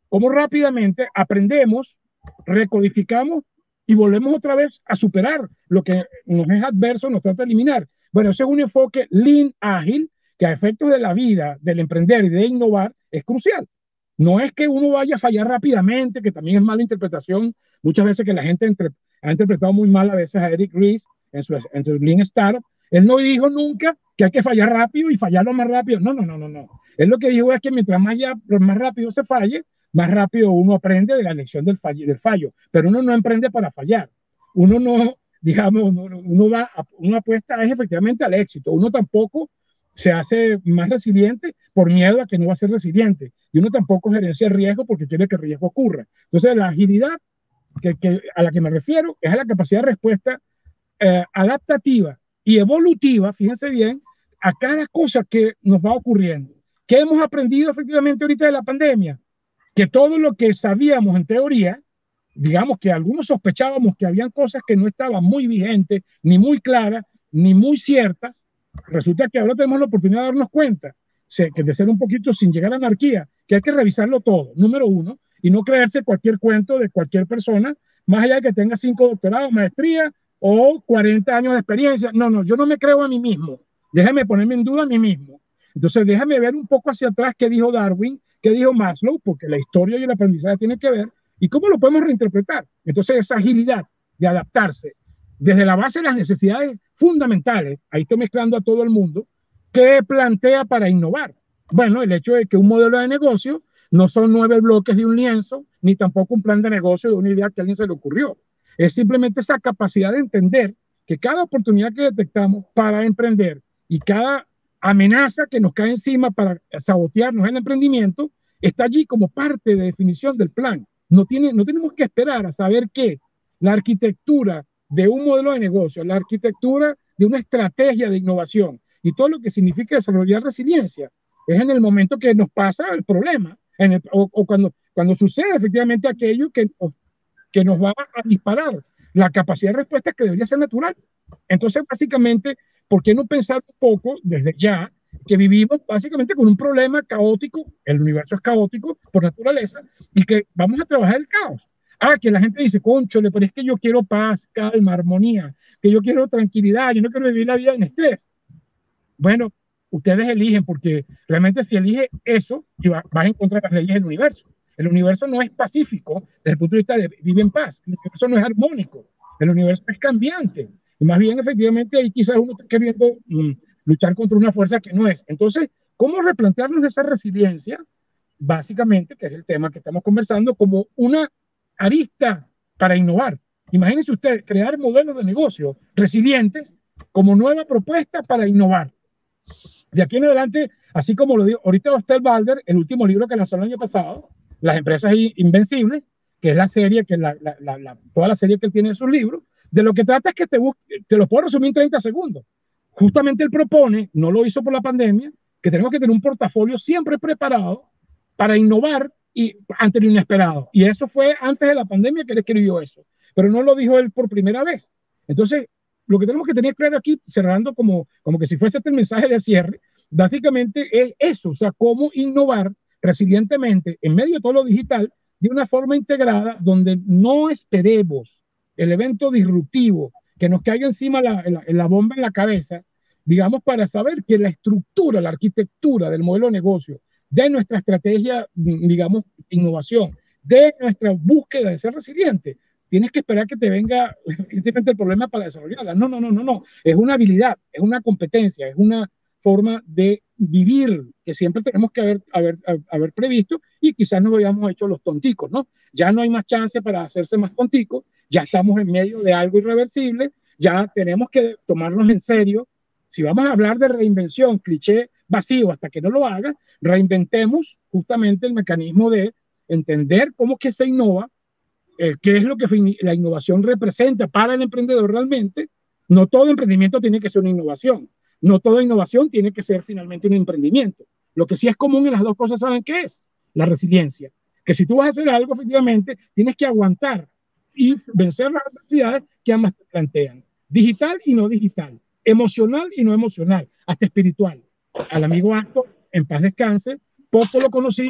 cómo rápidamente aprendemos, recodificamos y volvemos otra vez a superar lo que nos es adverso, nos trata de eliminar. Bueno, ese es un enfoque lean, ágil, que a efectos de la vida, del emprender y de innovar, es crucial. No es que uno vaya a fallar rápidamente, que también es mala interpretación. Muchas veces que la gente entre, ha interpretado muy mal a veces a Eric Ries en su, en su Lean Startup. Él no dijo nunca que hay que fallar rápido y fallarlo más rápido. No, no, no, no, no. Él lo que dijo es que mientras más, ya, más rápido se falle, más rápido uno aprende de la lección del fallo, del fallo. Pero uno no emprende para fallar. Uno no, digamos, uno, uno va, uno apuesta es efectivamente al éxito. Uno tampoco se hace más resiliente por miedo a que no va a ser resiliente. Y uno tampoco gerencia el riesgo porque quiere que el riesgo ocurra. Entonces, la agilidad que, que, a la que me refiero es a la capacidad de respuesta eh, adaptativa y evolutiva, fíjense bien, a cada cosa que nos va ocurriendo. ¿Qué hemos aprendido efectivamente ahorita de la pandemia? Que todo lo que sabíamos en teoría, digamos que algunos sospechábamos que habían cosas que no estaban muy vigentes, ni muy claras, ni muy ciertas, resulta que ahora tenemos la oportunidad de darnos cuenta que de ser un poquito sin llegar a anarquía, que hay que revisarlo todo, número uno, y no creerse cualquier cuento de cualquier persona, más allá de que tenga cinco doctorados, maestría o cuarenta años de experiencia. No, no, yo no me creo a mí mismo. Déjame ponerme en duda a mí mismo. Entonces, déjame ver un poco hacia atrás qué dijo Darwin, qué dijo Maslow, porque la historia y el aprendizaje tienen que ver, y cómo lo podemos reinterpretar. Entonces, esa agilidad de adaptarse desde la base de las necesidades fundamentales, ahí estoy mezclando a todo el mundo, ¿qué plantea para innovar? Bueno, el hecho de que un modelo de negocio no son nueve bloques de un lienzo, ni tampoco un plan de negocio de una idea que a alguien se le ocurrió. Es simplemente esa capacidad de entender que cada oportunidad que detectamos para emprender y cada amenaza que nos cae encima para sabotearnos el emprendimiento está allí como parte de definición del plan. No, tiene, no tenemos que esperar a saber que la arquitectura de un modelo de negocio, la arquitectura de una estrategia de innovación y todo lo que significa desarrollar resiliencia es en el momento que nos pasa el problema en el, o, o cuando, cuando sucede efectivamente aquello que, o, que nos va a disparar la capacidad de respuesta que debería ser natural. Entonces, básicamente, ¿por qué no pensar un poco desde ya que vivimos básicamente con un problema caótico? El universo es caótico por naturaleza y que vamos a trabajar el caos. Ah, que la gente dice, cónchale, pero es que yo quiero paz, calma, armonía, que yo quiero tranquilidad, yo no quiero vivir la vida en estrés. Bueno, ustedes eligen, porque realmente si eliges eso, vas a encontrar las leyes del universo. El universo no es pacífico desde el punto de vista de vivir en paz. El universo no es armónico. El universo es cambiante. Y más bien, efectivamente, ahí quizás uno está queriendo mm, luchar contra una fuerza que no es. Entonces, ¿cómo replantearnos esa resiliencia? Básicamente, que es el tema que estamos conversando, como una arista para innovar. Imagínense ustedes crear modelos de negocio resilientes como nueva propuesta para innovar. De aquí en adelante, así como lo digo, ahorita Hostel Balder, el último libro que lanzó el año pasado, Las empresas invencibles, que es la serie, que la, la, la, la, toda la serie que él tiene en sus libros, de lo que trata es que te, te lo puedo resumir en treinta segundos. Justamente él propone, no lo hizo por la pandemia, que tenemos que tener un portafolio siempre preparado para innovar y ante lo inesperado. Y eso fue antes de la pandemia que él escribió eso, pero no lo dijo él por primera vez. Entonces, lo que tenemos que tener claro aquí, cerrando como, como que si fuese este el mensaje de cierre, básicamente es eso, o sea, cómo innovar resilientemente en medio de todo lo digital de una forma integrada donde no esperemos el evento disruptivo que nos caiga encima la, la, la bomba en la cabeza, digamos, para saber que la estructura, la arquitectura del modelo de negocio, de nuestra estrategia, digamos, innovación, de nuestra búsqueda de ser resiliente, tienes que esperar que te venga el problema para desarrollarla. No, no, no, no, no. Es una habilidad, es una competencia, es una forma de vivir que siempre tenemos que haber, haber, haber previsto y quizás nos habíamos hecho los tonticos, ¿no? Ya no hay más chance para hacerse más tonticos, ya estamos en medio de algo irreversible, ya tenemos que tomarnos en serio. Si vamos a hablar de reinvención, cliché vacío hasta que no lo haga, reinventemos justamente el mecanismo de entender cómo que se innova, eh, qué es lo que la innovación representa para el emprendedor realmente. No todo emprendimiento tiene que ser una innovación, no toda innovación tiene que ser finalmente un emprendimiento. Lo que sí es común en las dos cosas, ¿saben qué es? La resiliencia. Que si tú vas a hacer algo, efectivamente, tienes que aguantar y vencer las adversidades que ambas te plantean. Digital y no digital, emocional y no emocional, hasta espiritual. Al amigo Astor, en paz descanse, poco lo conocí,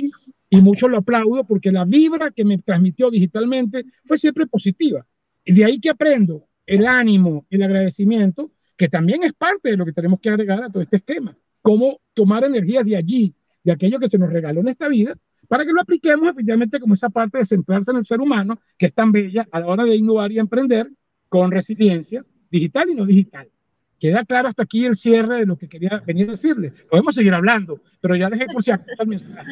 y mucho lo aplaudo porque la vibra que me transmitió digitalmente fue siempre positiva. Y de ahí que aprendo el ánimo, el agradecimiento, que también es parte de lo que tenemos que agregar a todo este esquema. Cómo tomar energías de allí, de aquello que se nos regaló en esta vida, para que lo apliquemos efectivamente como esa parte de centrarse en el ser humano, que es tan bella a la hora de innovar y emprender con resiliencia digital y no digital. Queda claro hasta aquí el cierre de lo que quería venir a decirle. Podemos seguir hablando, pero ya dejé por si acaso el mensaje.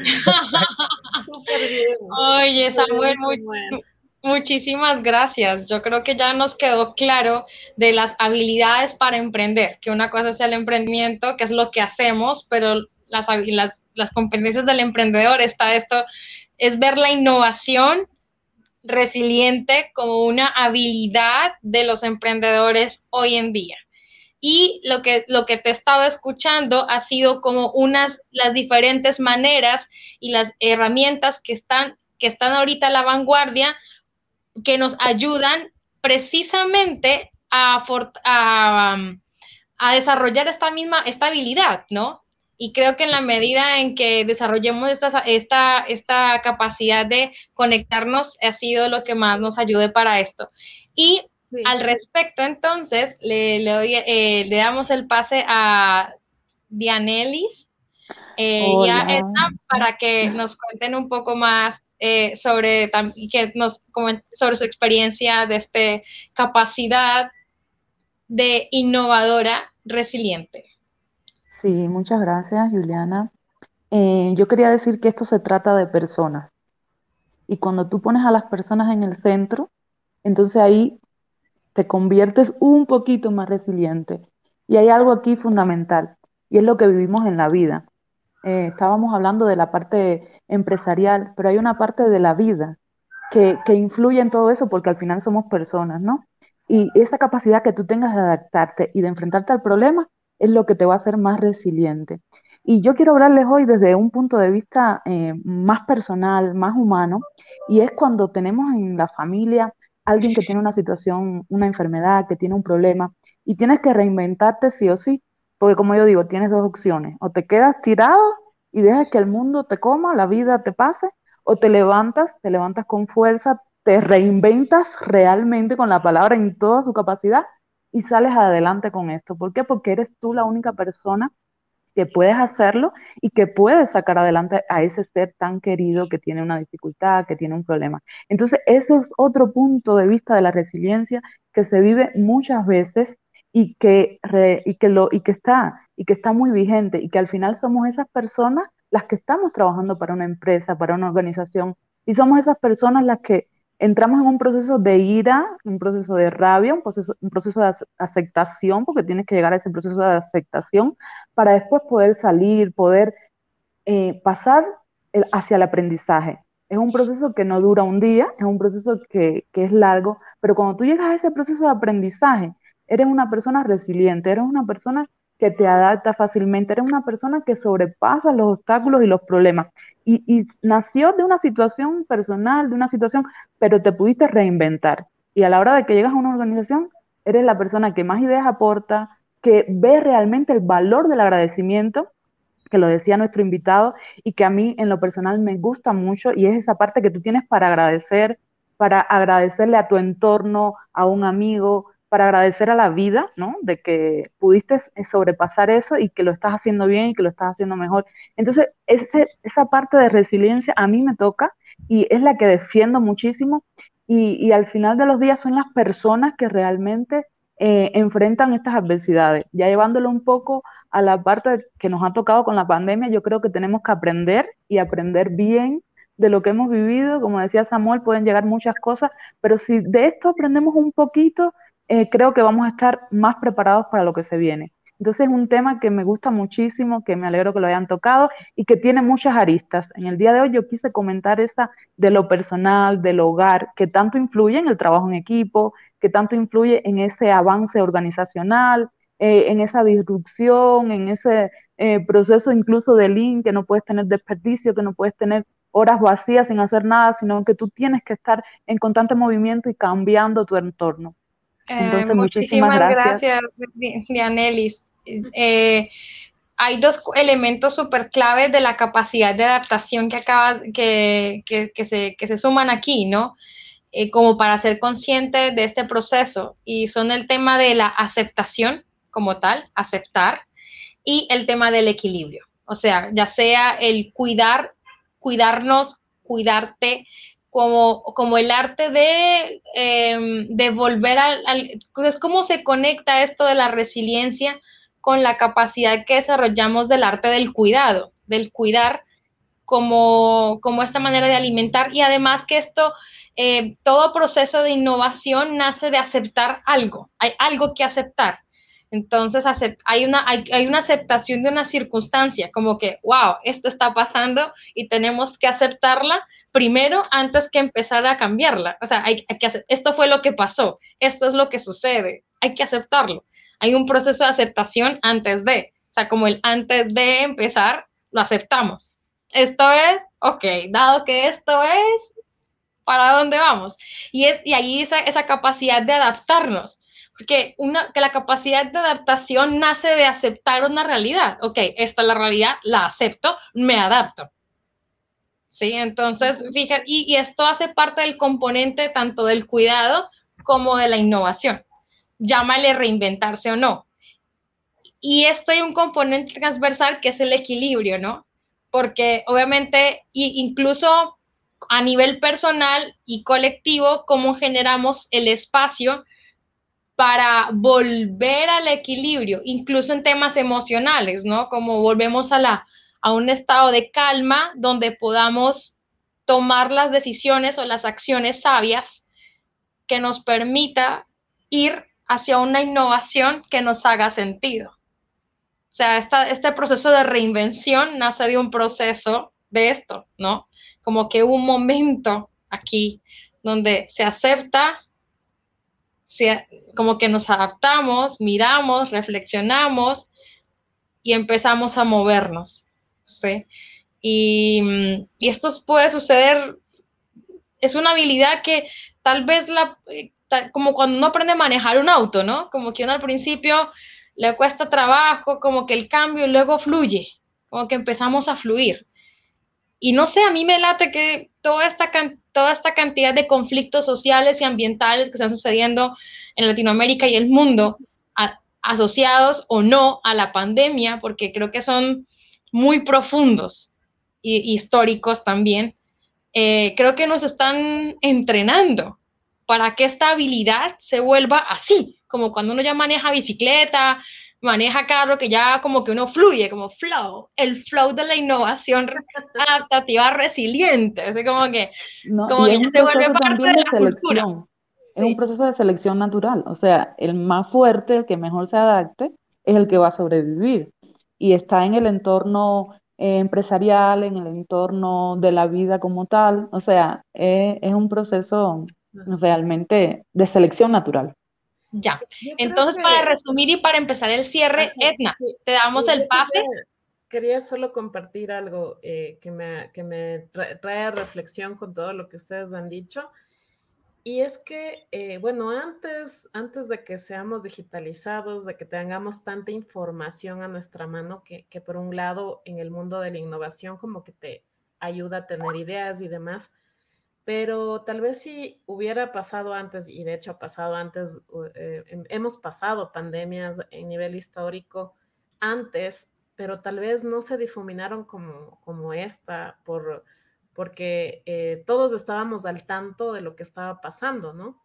Súper bien. Oye, Súper Samuel, bien, muy, Samuel. muchísimas gracias. Yo creo que ya nos quedó claro de las habilidades para emprender, que una cosa es el emprendimiento, que es lo que hacemos, pero las, las, las competencias del emprendedor está esto, es ver la innovación resiliente como una habilidad de los emprendedores hoy en día. Y lo que, lo que te he estado escuchando ha sido como unas, las diferentes maneras y las herramientas que están, que están ahorita a la vanguardia, que nos ayudan precisamente a, a, a desarrollar esta misma estabilidad, ¿no? Y creo que en la medida en que desarrollemos esta, esta, esta capacidad de conectarnos, ha sido lo que más nos ayude para esto. Y sí. Al respecto, entonces, le, le, doy, eh, le damos el pase a Dianelis. Eh, ya está, para que nos cuenten un poco más eh, sobre, que nos, sobre su experiencia de esta capacidad de innovadora resiliente. Sí, muchas gracias, Juliana. Eh, yo quería decir que esto se trata de personas. Y cuando tú pones a las personas en el centro, entonces ahí te conviertes un poquito más resiliente. Y hay algo aquí fundamental, y es lo que vivimos en la vida. Eh, estábamos hablando de la parte empresarial, pero hay una parte de la vida que, que influye en todo eso porque al final somos personas, ¿no? Y esa capacidad que tú tengas de adaptarte y de enfrentarte al problema es lo que te va a hacer más resiliente. Y yo quiero hablarles hoy desde un punto de vista eh, más personal, más humano, y es cuando tenemos en la familia alguien que tiene una situación, una enfermedad, que tiene un problema, y tienes que reinventarte sí o sí, porque como yo digo, tienes dos opciones, o te quedas tirado y dejas que el mundo te coma, la vida te pase, o te levantas, te levantas con fuerza, te reinventas realmente con la palabra en toda su capacidad y sales adelante con esto. ¿Por qué? Porque eres tú la única persona que puedes hacerlo y que puedes sacar adelante a ese ser tan querido que tiene una dificultad, que tiene un problema. Entonces, ese es otro punto de vista de la resiliencia que se vive muchas veces y que, re, y que, lo, y que, está, y que está muy vigente y que al final somos esas personas las que estamos trabajando para una empresa, para una organización, y somos esas personas las que entramos en un proceso de ira, un proceso de rabia, un proceso, un proceso de aceptación, porque tienes que llegar a ese proceso de aceptación para después poder salir, poder eh, pasar el, hacia el aprendizaje. Es un proceso que no dura un día, es un proceso que, que es largo, pero cuando tú llegas a ese proceso de aprendizaje, eres una persona resiliente, eres una persona que te adapta fácilmente, eres una persona que sobrepasa los obstáculos y los problemas. Y, y nació de una situación personal, de una situación, pero te pudiste reinventar. Y a la hora de que llegas a una organización, eres la persona que más ideas aporta, que ve realmente el valor del agradecimiento, que lo decía nuestro invitado, y que a mí en lo personal me gusta mucho, y es esa parte que tú tienes para agradecer, para agradecerle a tu entorno, a un amigo, para agradecer a la vida, ¿no? De que pudiste sobrepasar eso y que lo estás haciendo bien y que lo estás haciendo mejor. Entonces, ese, esa parte de resiliencia a mí me toca y es la que defiendo muchísimo, y, y al final de los días son las personas que realmente eh, enfrentan estas adversidades. Ya llevándolo un poco a la parte que nos ha tocado con la pandemia, yo creo que tenemos que aprender y aprender bien de lo que hemos vivido. Como decía Samuel, pueden llegar muchas cosas, pero si de esto aprendemos un poquito, eh, creo que vamos a estar más preparados para lo que se viene. Entonces es un tema que me gusta muchísimo, que me alegro que lo hayan tocado y que tiene muchas aristas. En el día de hoy yo quise comentar esa de lo personal, del hogar, que tanto influye en el trabajo en equipo, que tanto influye en ese avance organizacional, eh, en esa disrupción, en ese eh, proceso incluso de lean, que no puedes tener desperdicio, que no puedes tener horas vacías sin hacer nada, sino que tú tienes que estar en constante movimiento y cambiando tu entorno. Entonces, eh, muchísimas muchísimas gracias. gracias, Dianelis. Eh, hay dos elementos súper claves de la capacidad de adaptación que, acaba, que, que, que, se, que se suman aquí, ¿no? Eh, como para ser consciente de este proceso, y son el tema de la aceptación como tal, aceptar, y el tema del equilibrio. O sea, ya sea el cuidar, cuidarnos, cuidarte, como, como el arte de, eh, de volver al, al... Es como se conecta esto de la resiliencia con la capacidad que desarrollamos del arte del cuidado, del cuidar como, como esta manera de alimentar, y además que esto, eh, todo proceso de innovación nace de aceptar algo, hay algo que aceptar. Entonces hay una, hay, hay una aceptación de una circunstancia, como que, wow, esto está pasando y tenemos que aceptarla primero antes que empezar a cambiarla. O sea, hay, hay que hacer, esto fue lo que pasó, esto es lo que sucede, hay que aceptarlo. Hay un proceso de aceptación antes de, o sea, como el antes de empezar, lo aceptamos. Esto es, ok, dado que esto es, ¿para dónde vamos? Y, es, y ahí esa, esa capacidad de adaptarnos, porque una, que la capacidad de adaptación nace de aceptar una realidad. Ok, esta es la realidad, la acepto, me adapto. Sí, entonces, fíjate, y, y esto hace parte del componente tanto del cuidado como de la innovación. Llámale reinventarse o no. Y esto hay un componente transversal que es el equilibrio, ¿no? Porque obviamente, incluso a nivel personal y colectivo, cómo generamos el espacio para volver al equilibrio, incluso en temas emocionales, ¿no? Como volvemos a, la, a un estado de calma donde podamos tomar las decisiones o las acciones sabias que nos permita ir hacia una innovación que nos haga sentido. O sea, esta, este proceso de reinvención nace de un proceso de esto, ¿no? Como que hubo un momento aquí donde se acepta, se, como que nos adaptamos, miramos, reflexionamos y empezamos a movernos, ¿sí? Y, y esto puede suceder, es una habilidad que tal vez la, como cuando uno aprende a manejar un auto, ¿no? Como que uno al principio le cuesta trabajo, como que el cambio luego fluye, como que empezamos a fluir. Y no sé, a mí me late que toda esta, toda esta cantidad de conflictos sociales y ambientales que están sucediendo en Latinoamérica y el mundo, a, asociados o no a la pandemia, porque creo que son muy profundos y históricos también, eh, creo que nos están entrenando para que esta habilidad se vuelva así, como cuando uno ya maneja bicicleta, maneja carro, que ya como que uno fluye, como flow, el flow de la innovación adaptativa resiliente, así como que, No, como y que es ya un se vuelve proceso parte también de de la cultura. selección, es un Sí. proceso de selección natural, o sea, el más fuerte, el que mejor se adapte, es el que va a sobrevivir y está en el entorno eh, empresarial, en el entorno de la vida como tal, o sea, eh, es un proceso Ajá. realmente de selección natural. Ya, Sí, yo creo entonces para que, resumir y para empezar el cierre, ajá, Edna, sí, te damos sí, el yo pase. quería, quería solo compartir algo eh, que me, que me trae, trae a reflexión con todo lo que ustedes han dicho. Y es que, eh, bueno, antes, antes de que seamos digitalizados, de que tengamos tanta información a nuestra mano, que, que por un lado en el mundo de la innovación como que te ayuda a tener ideas y demás, pero tal vez si hubiera pasado antes, y de hecho ha pasado antes, eh, hemos pasado pandemias en nivel histórico antes, pero tal vez no se difuminaron como, como esta, por, porque eh, todos estábamos al tanto de lo que estaba pasando, ¿no?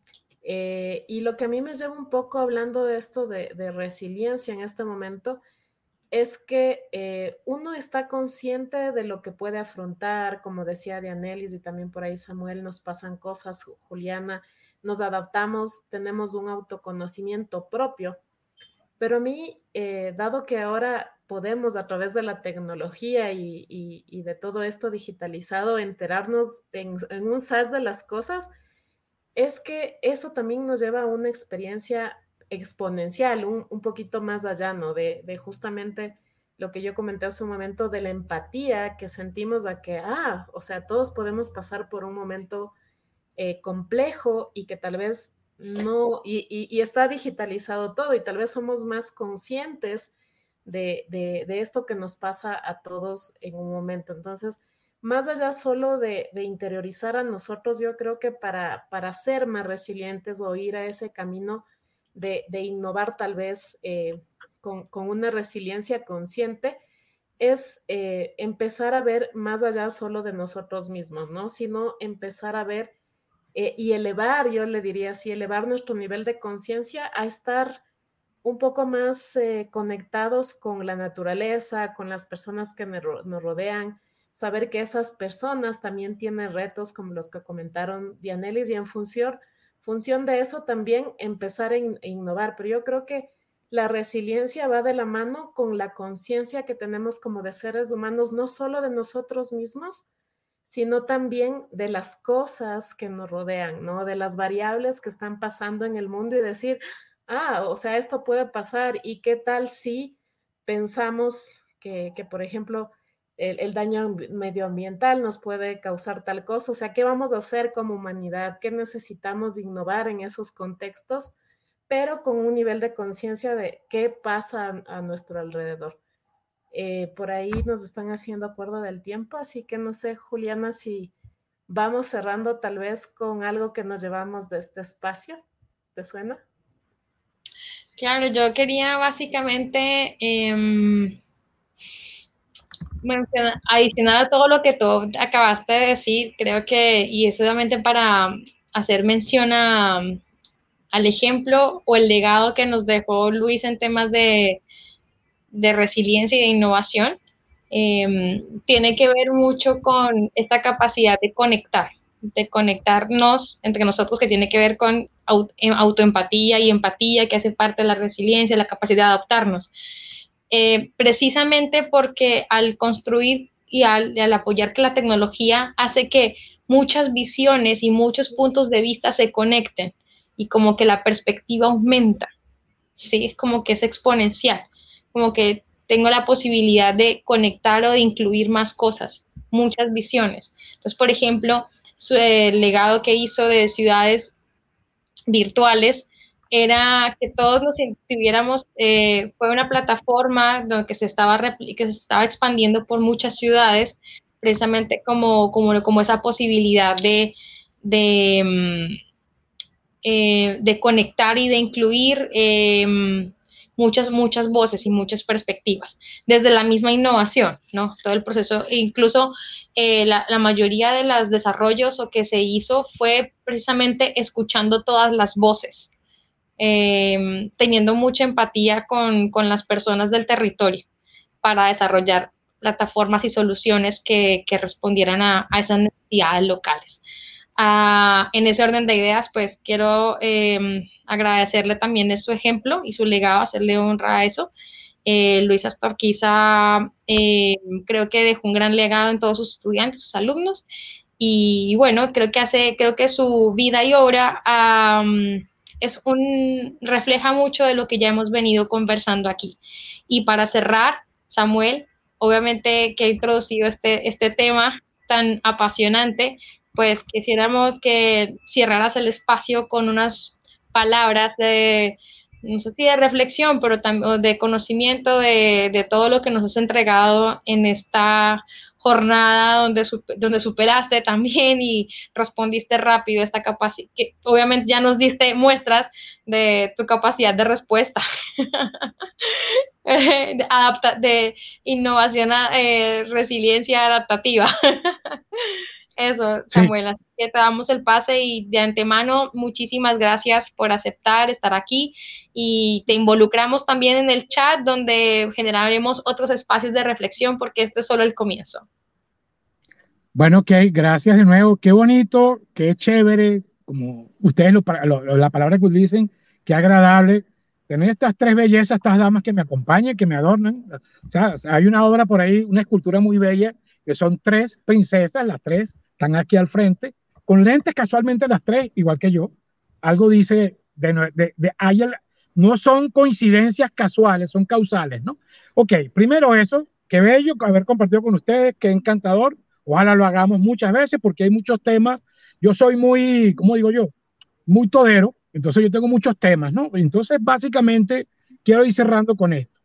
Eh, y lo que a mí me lleva un poco hablando de esto de, de resiliencia en este momento es que eh, uno está consciente de lo que puede afrontar, como decía Dianelis y también por ahí Samuel, nos pasan cosas, Juliana, nos adaptamos, tenemos un autoconocimiento propio, pero a mí, eh, dado que ahora podemos a través de la tecnología y, y, y de todo esto digitalizado enterarnos en, en un sas de las cosas, es que eso también nos lleva a una experiencia exponencial, un, un poquito más allá, ¿no? De, de, justamente lo que yo comenté hace un momento, de la empatía que sentimos a que, ah, o sea, todos podemos pasar por un momento eh, complejo y que tal vez no, y, y, y está digitalizado todo y tal vez somos más conscientes de, de, de esto que nos pasa a todos en un momento. Entonces, más allá solo de, de interiorizar a nosotros, yo creo que para, para ser más resilientes o ir a ese camino de, de innovar tal vez eh, con, con una resiliencia consciente, es eh, empezar a ver más allá solo de nosotros mismos, ¿no? Sino empezar a ver eh, y elevar, yo le diría así, elevar nuestro nivel de conciencia a estar un poco más eh, conectados con la naturaleza, con las personas que nos rodean, saber que esas personas también tienen retos como los que comentaron Dianelis y en función, función de eso también empezar a, in, a innovar. Pero yo creo que la resiliencia va de la mano con la conciencia que tenemos como de seres humanos, no solo de nosotros mismos, sino también de las cosas que nos rodean, ¿no? De las variables que están pasando en el mundo y decir, ah, o sea, esto puede pasar y qué tal si pensamos que, que por ejemplo, el, el daño medioambiental nos puede causar tal cosa, o sea, ¿qué vamos a hacer como humanidad? ¿Qué necesitamos innovar en esos contextos? Pero con un nivel de conciencia de qué pasa a, a nuestro alrededor. Eh, por ahí nos están haciendo acuerdo del tiempo, así que no sé, Juliana, si vamos cerrando tal vez con algo que nos llevamos de este espacio. ¿Te suena? Claro, yo quería básicamente eh, mencionar, adicionar a todo lo que tú acabaste de decir, creo que, y es solamente para hacer mención a, al ejemplo o el legado que nos dejó Luis en temas de, de resiliencia y de innovación, eh, tiene que ver mucho con esta capacidad de conectar, de conectarnos entre nosotros, que tiene que ver con autoempatía y empatía, que hace parte de la resiliencia, la capacidad de adaptarnos. Eh, precisamente porque al construir y al, y al apoyar que la tecnología hace que muchas visiones y muchos puntos de vista se conecten y como que la perspectiva aumenta, ¿sí? Es como que es exponencial, como que tengo la posibilidad de conectar o de incluir más cosas, muchas visiones. Entonces, por ejemplo, su eh, legado que hizo de ciudades virtuales era que todos nos inscribiéramos, eh, fue una plataforma donde que se, estaba que se estaba expandiendo por muchas ciudades, precisamente como, como, como esa posibilidad de, de, eh, de conectar y de incluir eh, muchas, muchas voces y muchas perspectivas, desde la misma innovación, ¿no? Todo el proceso, incluso eh, la, la mayoría de los desarrollos o que se hizo fue precisamente escuchando todas las voces, eh, teniendo mucha empatía con, con las personas del territorio para desarrollar plataformas y soluciones que, que respondieran a, a esas necesidades locales. Uh, en ese orden de ideas, pues quiero eh, agradecerle también de su ejemplo y su legado, hacerle honra a eso. Eh, Luis Astorquiza eh, creo que dejó un gran legado en todos sus estudiantes, sus alumnos, y bueno, creo que hace, creo que su vida y obra um, es un, refleja mucho de lo que ya hemos venido conversando aquí. Y para cerrar, Samuel, obviamente que he introducido este, este tema tan apasionante, pues quisiéramos que cerraras el espacio con unas palabras de, no sé si de reflexión, pero también de conocimiento de, de todo lo que nos has entregado en esta jornada donde, donde superaste también y respondiste rápido esta capacidad, que obviamente ya nos diste muestras de tu capacidad de respuesta, de, adapta, de innovación, eh, resiliencia adaptativa. Eso, Samuel, sí. Así que te damos el pase y de antemano muchísimas gracias por aceptar estar aquí y te involucramos también en el chat donde generaremos otros espacios de reflexión porque esto es solo el comienzo. Bueno, ok, gracias de nuevo, qué bonito, qué chévere, como ustedes lo, lo, la palabra que utilizan, qué agradable tener estas tres bellezas, estas damas que me acompañan, que me adornan. O sea, hay una obra por ahí, una escultura muy bella, que son tres princesas, las tres están aquí al frente, con lentes casualmente las tres, igual que yo. Algo dice, de, de, de, hay el, no son coincidencias casuales, son causales, ¿no? Ok, primero eso, qué bello haber compartido con ustedes, qué encantador. Ojalá lo hagamos muchas veces porque hay muchos temas. Yo soy muy, ¿cómo digo yo? Muy todero, entonces yo tengo muchos temas, ¿no? Entonces, básicamente, quiero ir cerrando con esto.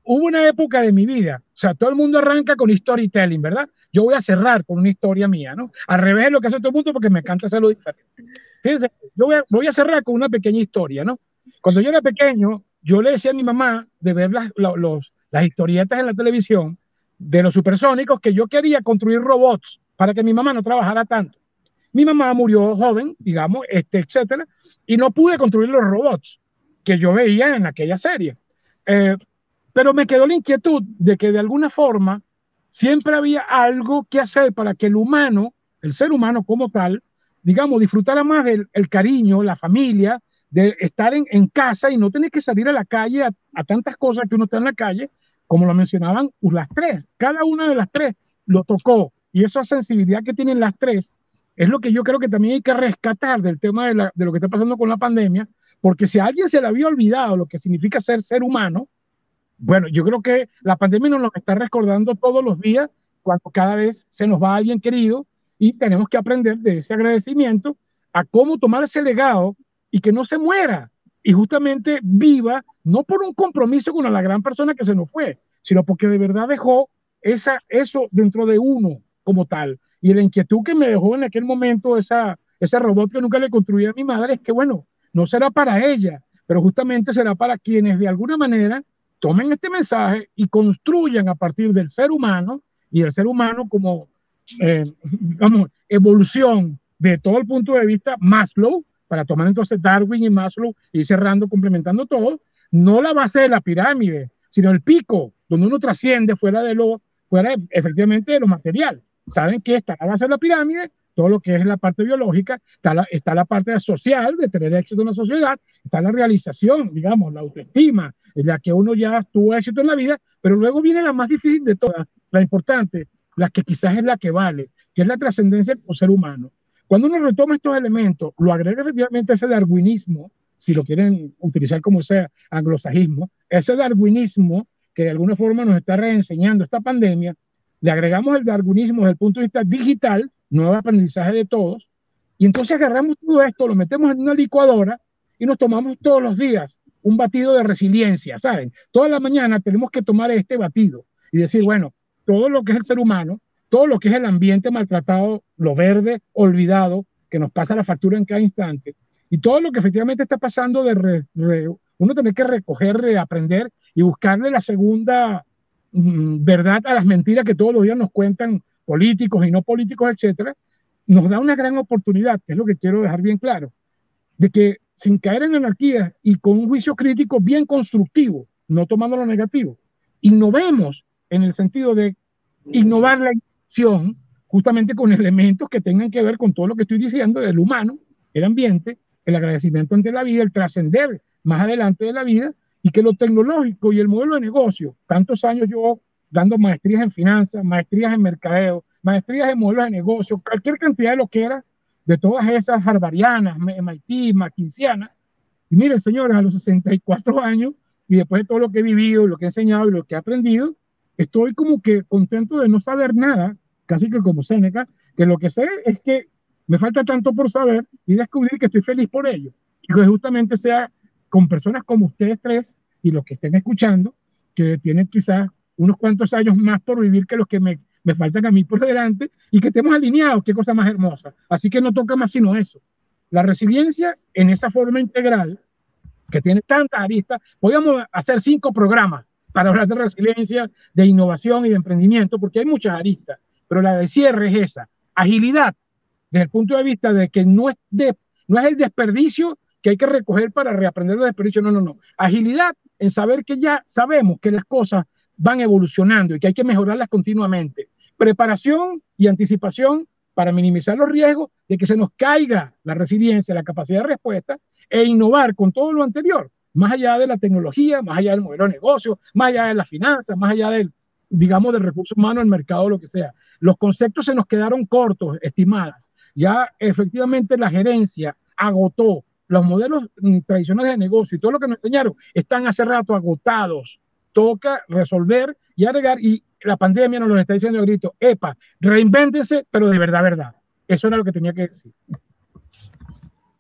hubo una época de mi vida, o sea, todo el mundo arranca con storytelling, ¿verdad? Yo voy a cerrar con una historia mía, ¿no? Al revés de lo que hace todo el mundo porque me encanta hacerlo diferente. Fíjense, yo voy a, voy a cerrar con una pequeña historia, ¿no? Cuando yo era pequeño, yo le decía a mi mamá de ver las, los, las historietas en la televisión de los supersónicos que yo quería construir robots para que mi mamá no trabajara tanto. Mi mamá murió joven, digamos, este, etcétera, y no pude construir los robots que yo veía en aquella serie. Eh, pero me quedó la inquietud de que de alguna forma siempre había algo que hacer para que el humano, el ser humano como tal, digamos, disfrutara más del el cariño, la familia, de estar en, en casa y no tener que salir a la calle a, a tantas cosas que uno está en la calle, como lo mencionaban pues, las tres. Cada una de las tres lo tocó y esa sensibilidad que tienen las tres es lo que yo creo que también hay que rescatar del tema de, la, de lo que está pasando con la pandemia, porque si a alguien se le había olvidado lo que significa ser ser humano, bueno, yo creo que la pandemia nos lo está recordando todos los días cuando cada vez se nos va alguien querido y tenemos que aprender de ese agradecimiento a cómo tomar ese legado y que no se muera y justamente viva, no por un compromiso con la gran persona que se nos fue, sino porque de verdad dejó esa, eso dentro de uno como tal. Y la inquietud que me dejó en aquel momento esa, ese robot que nunca le construí a mi madre es que, bueno, no será para ella, pero justamente será para quienes de alguna manera tomen este mensaje y construyan a partir del ser humano y del ser humano como, eh, digamos, evolución de todo el punto de vista Maslow, para tomar entonces Darwin y Maslow y cerrando, complementando todo, no la base de la pirámide, sino el pico, donde uno trasciende fuera de lo, fuera efectivamente de lo material. ¿Saben qué? Está la base de la pirámide, todo lo que es la parte biológica, está la, está la parte social de tener éxito en la sociedad, está la realización, digamos, la autoestima, en la que uno ya tuvo éxito en la vida, pero luego viene la más difícil de todas, la importante, la que quizás es la que vale, que es la trascendencia del ser humano. Cuando uno retoma estos elementos, lo agrega efectivamente ese darwinismo, si lo quieren utilizar como ese anglosajismo, ese darwinismo que de alguna forma nos está reenseñando esta pandemia, le agregamos el darwinismo desde el punto de vista digital, nuevo aprendizaje de todos, y entonces agarramos todo esto, lo metemos en una licuadora y nos tomamos todos los días un batido de resiliencia, ¿saben? Toda la mañana tenemos que tomar este batido y decir, bueno, todo lo que es el ser humano, todo lo que es el ambiente maltratado, lo verde, olvidado, que nos pasa la factura en cada instante, y todo lo que efectivamente está pasando de re, re, uno tener que recoger, reaprender y buscarle la segunda mmm, verdad a las mentiras que todos los días nos cuentan políticos y no políticos, etcétera, nos da una gran oportunidad, que es lo que quiero dejar bien claro, de que sin caer en anarquía y con un juicio crítico bien constructivo, no tomando lo negativo, innovemos en el sentido de innovar la innovación justamente con elementos que tengan que ver con todo lo que estoy diciendo del humano, el ambiente, el agradecimiento ante la vida, el trascender más adelante de la vida y que lo tecnológico y el modelo de negocio, tantos años yo dando maestrías en finanzas, maestrías en mercadeo, maestrías en modelos de negocio, cualquier cantidad de lo que era, de todas esas harvarianas, M I T, McKinseyana. Y miren, señores, a los sesenta y cuatro años, y después de todo lo que he vivido, lo que he enseñado y lo que he aprendido, estoy como que contento de no saber nada, casi que como Séneca, que lo que sé es que me falta tanto por saber y descubrir que estoy feliz por ello. Y que justamente sea con personas como ustedes tres y los que estén escuchando, que tienen quizás unos cuantos años más por vivir que los que me, me faltan a mí por delante y que estemos alineados, qué cosa más hermosa. Así que no toca más sino eso. La resiliencia en esa forma integral, que tiene tantas aristas, podríamos hacer cinco programas para hablar de resiliencia, de innovación y de emprendimiento, porque hay muchas aristas, pero la de cierre es esa, agilidad, desde el punto de vista de que no es, de, no es el desperdicio que hay que recoger para reaprender el desperdicio, no, no, no, agilidad en saber que ya sabemos que las cosas van evolucionando y que hay que mejorarlas continuamente, preparación y anticipación para minimizar los riesgos de que se nos caiga la resiliencia, la capacidad de respuesta e innovar con todo lo anterior, más allá de la tecnología, más allá del modelo de negocio, más allá de las finanzas, más allá del, digamos, del recurso humano, el mercado, lo que sea. Los conceptos se nos quedaron cortos, estimadas. Ya efectivamente la gerencia agotó los modelos mm, tradicionales de negocio y todo lo que nos enseñaron están hace rato agotados. Toca resolver y agregar, y la pandemia nos lo está diciendo a grito, epa, reinvéntense, pero de verdad, verdad. Eso era lo que tenía que decir.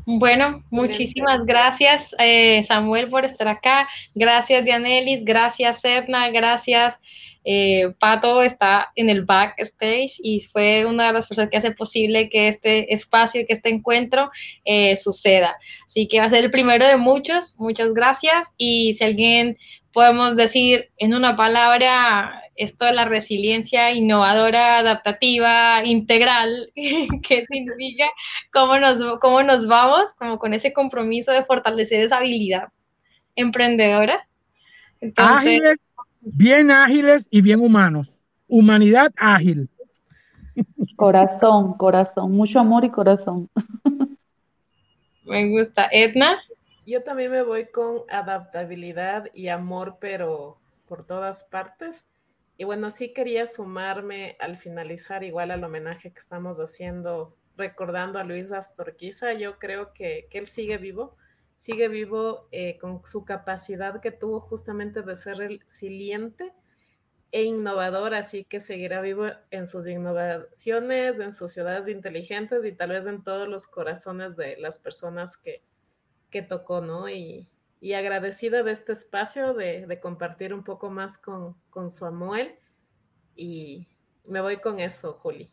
Bueno, muchísimas gracias, eh, Samuel, por estar acá. Gracias, Dianelis. Gracias, Edna. Gracias. Eh, Pato está en el backstage y fue una de las personas que hace posible que este espacio y que este encuentro eh, suceda. Así que va a ser el primero de muchos. Muchas gracias. Y si alguien podemos decir en una palabra esto de la resiliencia innovadora, adaptativa, integral, ¿qué significa? ¿Cómo nos, cómo nos vamos? Como con ese compromiso de fortalecer esa habilidad emprendedora. Entonces, ágiles, bien ágiles y bien humanos. Humanidad ágil. Corazón, corazón, mucho amor y corazón. Me gusta. Edna. Yo también me voy con adaptabilidad y amor, pero por todas partes. Y bueno, sí quería sumarme al finalizar igual al homenaje que estamos haciendo, recordando a Luis Astorquiza. Yo creo que, que él sigue vivo, sigue vivo eh, con su capacidad que tuvo justamente de ser resiliente e innovador, así que seguirá vivo en sus innovaciones, en sus ciudades inteligentes y tal vez en todos los corazones de las personas que, que tocó, ¿no? Y, y agradecida de este espacio, de, de compartir un poco más con, con Samuel, y me voy con eso, Juli.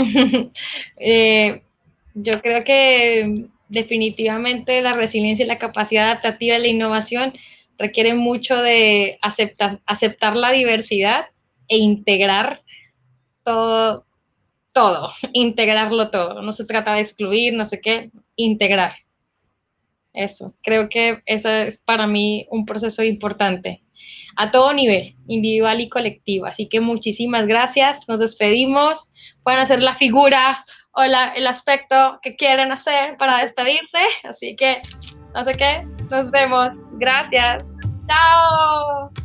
eh, yo creo que definitivamente la resiliencia y la capacidad adaptativa de la innovación requieren mucho de aceptar, aceptar la diversidad e integrar todo, todo, integrarlo todo. No se trata de excluir, no sé qué, integrar. Eso, creo que eso es para mí un proceso importante a todo nivel, individual y colectivo. Así que muchísimas gracias, nos despedimos. Pueden hacer la figura o la, el aspecto que quieren hacer para despedirse. Así que, no sé qué, nos vemos. Gracias. Chao.